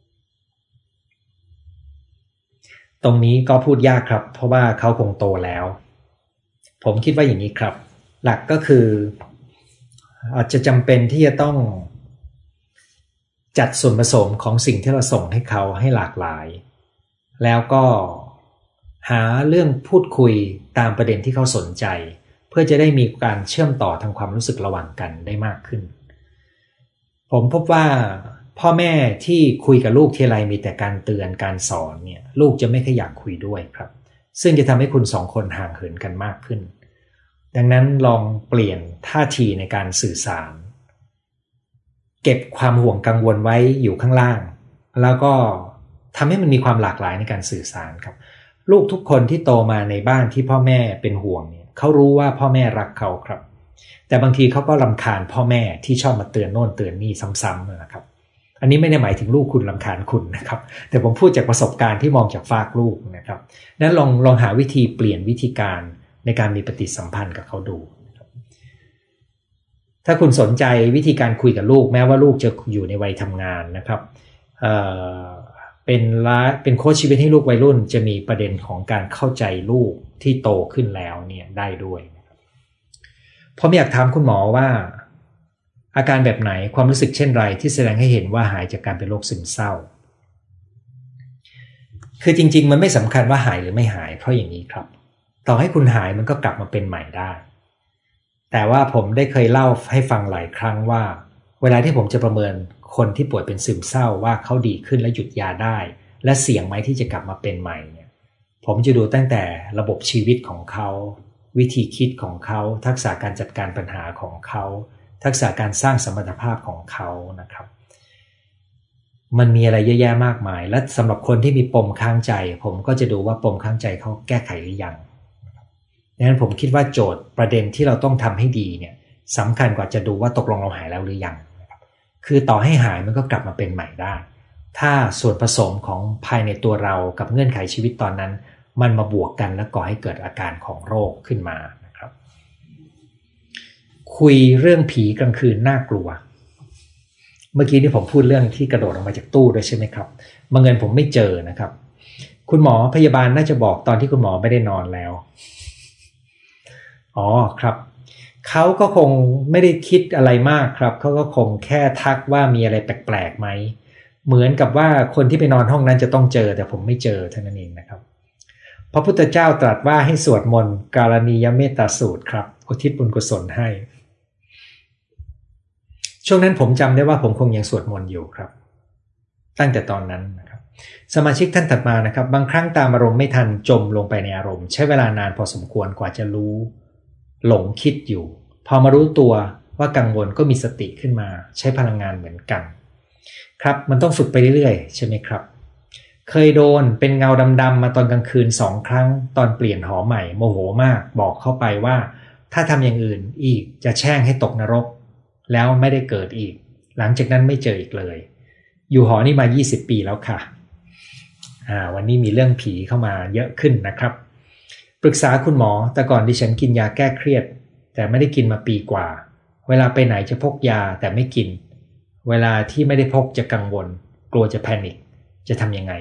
ตรงนี้ก็พูดยากครับเพราะว่าเขาคงโตแล้วผมคิดว่าอย่างนี้ครับหลักก็คืออาจจะจำเป็นที่จะต้องจัดส่วนผสมของสิ่งที่เราส่งให้เขาให้หลากหลายแล้วก็หาเรื่องพูดคุยตามประเด็นที่เขาสนใจเพื่อจะได้มีการเชื่อมต่อทางความรู้สึกระหว่างกันได้มากขึ้นผมพบว่าพ่อแม่ที่คุยกับลูกทีไรมีแต่การเตือนการสอนเนี่ยลูกจะไม่ค่อยอยากคุยด้วยครับซึ่งจะทำให้คุณสองคนห่างเหินกันมากขึ้นดังนั้นลองเปลี่ยนท่าทีในการสื่อสารเก็บความห่วงกังวลไว้อยู่ข้างล่างแล้วก็ทำให้มันมีความหลากหลายในการสื่อสารครับลูกทุกคนที่โตมาในบ้านที่พ่อแม่เป็นห่วงเนี่ยเขารู้ว่าพ่อแม่รักเขาครับแต่บางทีเขาก็รำคาญพ่อแม่ที่ชอบมาเตือนโน่นเตือนนี่ซ้ำๆนะครับอันนี้ไม่ได้หมายถึงลูกคุณรำคาญคุณนะครับแต่ผมพูดจากประสบการณ์ที่มองจากฝากลูกนะครับนั้นลองหาวิธีเปลี่ยนวิธีการในการมีปฏิสัมพันธ์กับเขาดูถ้าคุณสนใจวิธีการคุยกับลูกแม้ว่าลูกจะอยู่ในวัยทำงานนะครับเป็นโค้ชชีวิตให้ลูกวัยรุ่นจะมีประเด็นของการเข้าใจลูกที่โตขึ้นแล้วเนี่ยได้ด้วยผมอยากถามคุณหมอว่าอาการแบบไหนความรู้สึกเช่นไรที่แสดงให้เห็นว่าหายจากการเป็นโรคซึมเศร้าคือจริงๆมันไม่สำคัญว่าหายหรือไม่หายเพราะอย่างนี้ครับต่อให้คุณหายมันก็กลับมาเป็นใหม่ได้แต่ว่าผมได้เคยเล่าให้ฟังหลายครั้งว่าเวลาที่ผมจะประเมินคนที่ป่วยเป็นซึมเศร้าว่าเขาดีขึ้นและหยุดยาได้และเสี่ยงไหมที่จะกลับมาเป็นใหม่เนี่ยผมจะดูตั้งแต่ระบบชีวิตของเขาวิธีคิดของเขาทักษะการจัดการปัญหาของเขาทักษะการสร้างสมรรถภาพของเขานะครับมันมีอะไรเยอะแยะมากมายและสำหรับคนที่มีปมค้างใจผมก็จะดูว่าปมค้างใจเขาแก้ไขหรือยังดังนั้นผมคิดว่าโจทย์ประเด็นที่เราต้องทำให้ดีเนี่ยสำคัญกว่าจะดูว่าตกลงเราหายแล้วหรือยังคือต่อให้หายมันก็กลับมาเป็นใหม่ได้ถ้าส่วนผสมของภายในตัวเรากับเงื่อนไขชีวิตตอนนั้นมันมาบวกกันและก่อให้เกิดอาการของโรคขึ้นมานะครับคุยเรื่องผีกลางคืนน่ากลัวเมื่อกี้นี่ผมพูดเรื่องที่กระโดดออกมาจากตู้ด้วยใช่ไหมครับบังเอิญผมไม่เจอนะครับคุณหมอพยาบาลน่าจะบอกตอนที่คุณหมอไม่ได้นอนแล้วอ๋อครับเขาก็คงไม่ได้คิดอะไรมากครับเขาก็คงแค่ทักว่ามีอะไรแปลกๆไหมเหมือนกับว่าคนที่ไปนอนห้องนั้นจะต้องเจอแต่ผมไม่เจอเท่านั้นเองนะครับพระพุทธเจ้าตรัสว่าให้สวดมนต์การณียเมตตาสูตรครับอุทิศบุญกุศลให้ช่วงนั้นผมจำได้ว่าผมคงยังสวดมนต์อยู่ครับตั้งแต่ตอนนั้นนะครับสมาชิกท่านถัดมานะครับบางครั้งตามอารมณ์ไม่ทันจมลงไปในอารมณ์ใช้เวลานานพอสมควรกว่าจะรู้หลงคิดอยู่พอมารู้ตัวว่ากังวลก็มีสติขึ้นมาใช้พลังงานเหมือนกันครับมันต้องฝึกไปเรื่อยๆใช่ไหมครับเคยโดนเป็นเงาดำๆมาตอนกลางคืน2 ครั้งตอนเปลี่ยนหอใหม่โมโหมากบอกเข้าไปว่าถ้าทำอย่างอื่นอีกจะแช่งให้ตกนรกแล้วไม่ได้เกิดอีกหลังจากนั้นไม่เจออีกเลยอยู่หอนี่มา20 ปีแล้วค่ะวันนี้มีเรื่องผีเข้ามาเยอะขึ้นนะครับปรึกษาคุณหมอแต่ก่อนดิฉันกินยาแก้เครียดแต่ไม่ได้กินมาปีกว่าเวลาไปไหนจะพกยาแต่ไม่กินเวลาที่ไม่ได้พกจะกังวลกลัวจะแพนิคจะทำยังไง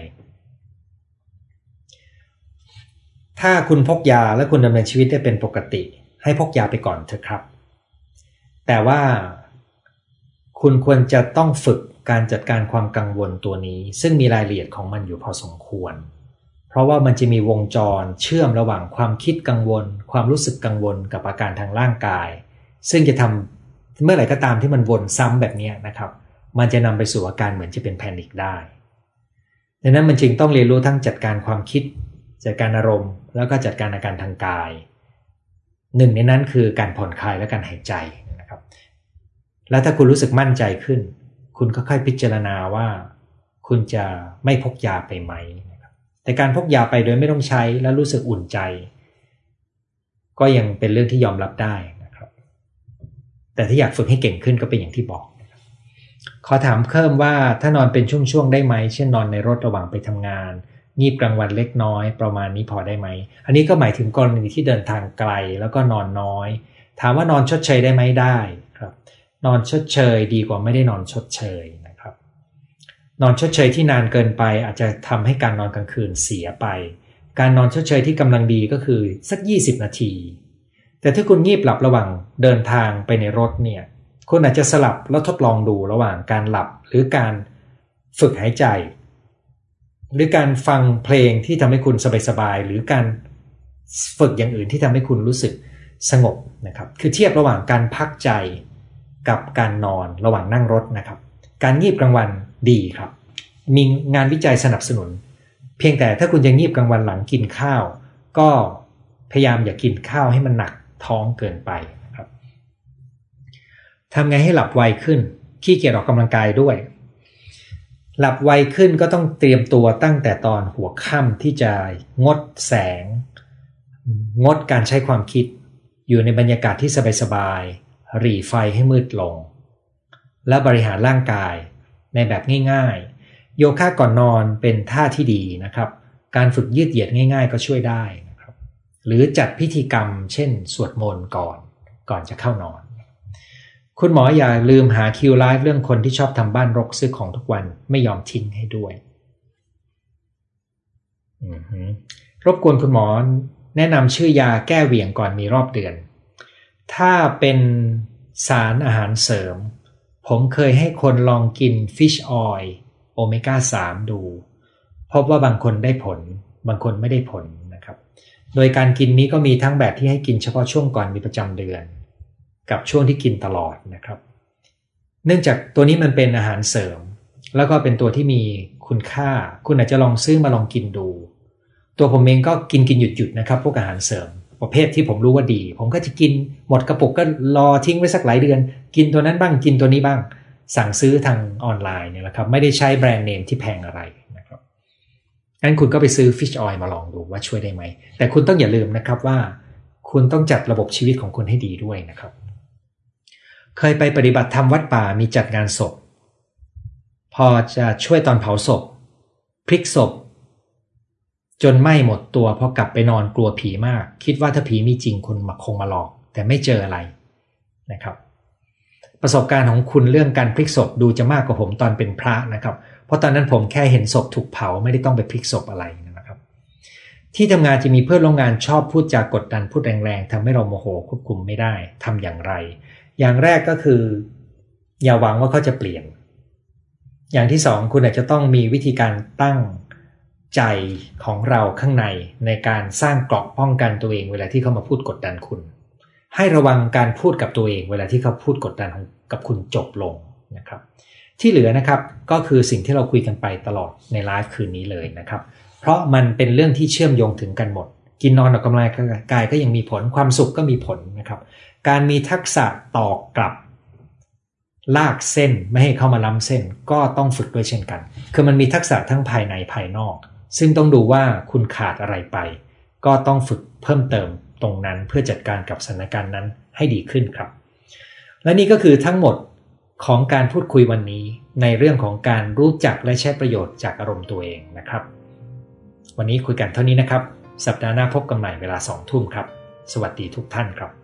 ถ้าคุณพกยาและคุณดำเนินชีวิตได้เป็นปกติให้พกยาไปก่อนเถอะครับแต่ว่าคุณควรจะต้องฝึกการจัดการความกังวลตัวนี้ซึ่งมีรายละเอียดของมันอยู่พอสมควรเพราะว่ามันจะมีวงจรเชื่อมระหว่างความคิดกังวลความรู้สึกกังวลกับอาการทางร่างกายซึ่งจะทำเมื่อไหร่ก็ตามที่มันวนซ้ำแบบนี้นะครับมันจะนำไปสู่อาการเหมือนจะเป็นแพนิคได้ดังนั้นมันจึงต้องเรียนรู้ทั้งจัดการความคิดจัดการอารมณ์แล้วก็จัดการอาการทางกายหนึ่งในนั้นคือการผ่อนคลายและการหายใจนะครับแล้วถ้าคุณรู้สึกมั่นใจขึ้นคุณก็ค่อยพิจารณาว่าคุณจะไม่พกยาไปไหมนะครับแต่การพกยาไปโดยไม่ต้องใช้แล้วรู้สึกอุ่นใจก็ยังเป็นเรื่องที่ยอมรับได้นะครับแต่ถ้าอยากฝึกให้เก่งขึ้นก็เป็นอย่างที่บอกขอถามเพิ่มว่าถ้านอนเป็นช่วงๆได้ไหมเช่นนอนในรถระหว่างไปทำงานงีบกลางวันเล็กน้อยประมาณนี้พอได้ไหมอันนี้ก็หมายถึงกรณีที่เดินทางไกลแล้วก็นอนน้อยถามว่านอนชดเชยได้ไหมได้ครับนอนชดเชยดีกว่าไม่ได้นอนชดเชยนะครับนอนชดเชยที่นานเกินไปอาจจะทำให้การนอนกลางคืนเสียไปการนอนชดเชยที่กำลังดีก็คือสัก20 นาทีแต่ถ้าคุณงีบหลับระหว่างเดินทางไปในรถเนี่ยคุณอาจจะสลับแล้วทดลองดูระหว่างการหลับหรือการฝึกหายใจหรือการฟังเพลงที่ทำให้คุณสบายๆหรือการฝึกอย่างอื่นที่ทำให้คุณรู้สึกสงบนะครับคือเทียบระหว่างการพักใจกับการนอนระหว่างนั่งรถนะครับการงีบกลางวันดีครับมีงานวิจัยสนับสนุนเพียงแต่ถ้าคุณจะงีบกลางวันหลังกินข้าวก็พยายามอย่ากินข้าวให้มันหนักท้องเกินไปนะครับทำไงให้หลับไวขึ้นขี้เกียจออกกำลังกายด้วยหลับไวขึ้นก็ต้องเตรียมตัวตั้งแต่ตอนหัวค่ำที่จะงดแสงงดการใช้ความคิดอยู่ในบรรยากาศที่สบายๆหรี่ไฟให้มืดลงและบริหารร่างกายในแบบง่ายๆโยคะก่อนนอนเป็นท่าที่ดีนะครับการฝึกยืดเหยียดง่ายๆก็ช่วยได้นะครับหรือจัดพิธีกรรมเช่นสวดมนต์ก่อนจะเข้านอนคุณหมออย่าลืมหาคิวไลฟ์เรื่องคนที่ชอบทำบ้านรกซื้อของทุกวันไม่ยอมทิ้งให้ด้วยรบกวนคุณหมอแนะนำชื่อยาแก้เหวี่ยงก่อนมีรอบเดือนถ้าเป็นสารอาหารเสริมผมเคยให้คนลองกิน Fish Oil โอเมก้า 3ดูพบว่าบางคนได้ผลบางคนไม่ได้ผลนะครับโดยการกินนี้ก็มีทั้งแบบที่ให้กินเฉพาะช่วงก่อนมีประจำเดือนกับช่วงที่กินตลอดนะครับเนื่องจากตัวนี้มันเป็นอาหารเสริมแล้วก็เป็นตัวที่มีคุณค่าคุณอาจจะลองซื้อมาลองกินดูตัวผมเองก็กินหยุดนะครับพวกอาหารเสริมประเภทที่ผมรู้ว่าดีผมก็จะกินหมดกระปุกก็รอทิ้งไว้สักหลายเดือนกินตัวนั้นบ้างกินตัวนี้บ้างสั่งซื้อทางออนไลน์เนี่ยแหละครับไม่ได้ใช้แบรนด์เนมที่แพงอะไรนะครับงั้นคุณก็ไปซื้อ Fish Oil มาลองดูว่าช่วยได้ไหมแต่คุณต้องอย่าลืมนะครับว่าคุณต้องจัดระบบชีวิตของคุณให้ดีด้วยนะครับเคยไปปฏิบัติธรรมวัดป่ามีจัดงานศพพอจะช่วยตอนเผาศพพลิกศพจนไหม้หมดตัวพอกลับไปนอนกลัวผีมากคิดว่าถ้าผีมีจริงคุณคงมาหลอกแต่ไม่เจออะไรนะครับประสบการณ์ของคุณเรื่องการพลิกศพดูจะมากกว่าผมตอนเป็นพระนะครับเพราะตอนนั้นผมแค่เห็นศพถูกเผาไม่ได้ต้องไปพลิกศพอะไรนะครับที่ทำงานจะมีเพื่อนร่วมงานชอบพูดจากดดันพูดแรงๆทำให้เราโมโหควบคุมไม่ได้ทำอย่างไรอย่างแรกก็คืออย่าหวังว่าเขาจะเปลี่ยนอย่างที่สองคุณอาจจะต้องมีวิธีการตั้งใจของเราข้างในการสร้างเกราะป้องกันตัวเองเวลาที่เขามาพูดกดดันคุณให้ระวังการพูดกับตัวเองเวลาที่เขาพูดกดดันกับคุณจบลงนะครับที่เหลือนะครับก็คือสิ่งที่เราคุยกันไปตลอดในไลฟ์คืนนี้เลยนะครับเพราะมันเป็นเรื่องที่เชื่อมโยงถึงกันหมดกินนอนออกกำลังกายก็ยังมีผลความสุขก็มีผลนะครับการมีทักษะตอบกลับลากเส้นไม่ให้เข้ามาล้ำเส้นก็ต้องฝึกด้วยเช่นกันคือมันมีทักษะทั้งภายในภายนอกซึ่งต้องดูว่าคุณขาดอะไรไปก็ต้องฝึกเพิ่มเติมตรงนั้นเพื่อจัดการกับสถานการณ์นั้นให้ดีขึ้นครับและนี่ก็คือทั้งหมดของการพูดคุยวันนี้ในเรื่องของการรู้จักและใช้ประโยชน์จากอารมณ์ตัวเองนะครับวันนี้คุยกันเท่านี้นะครับสัปดาห์หน้าพบกันใหม่เวลา 20:00 นครับสวัสดีทุกท่านครับ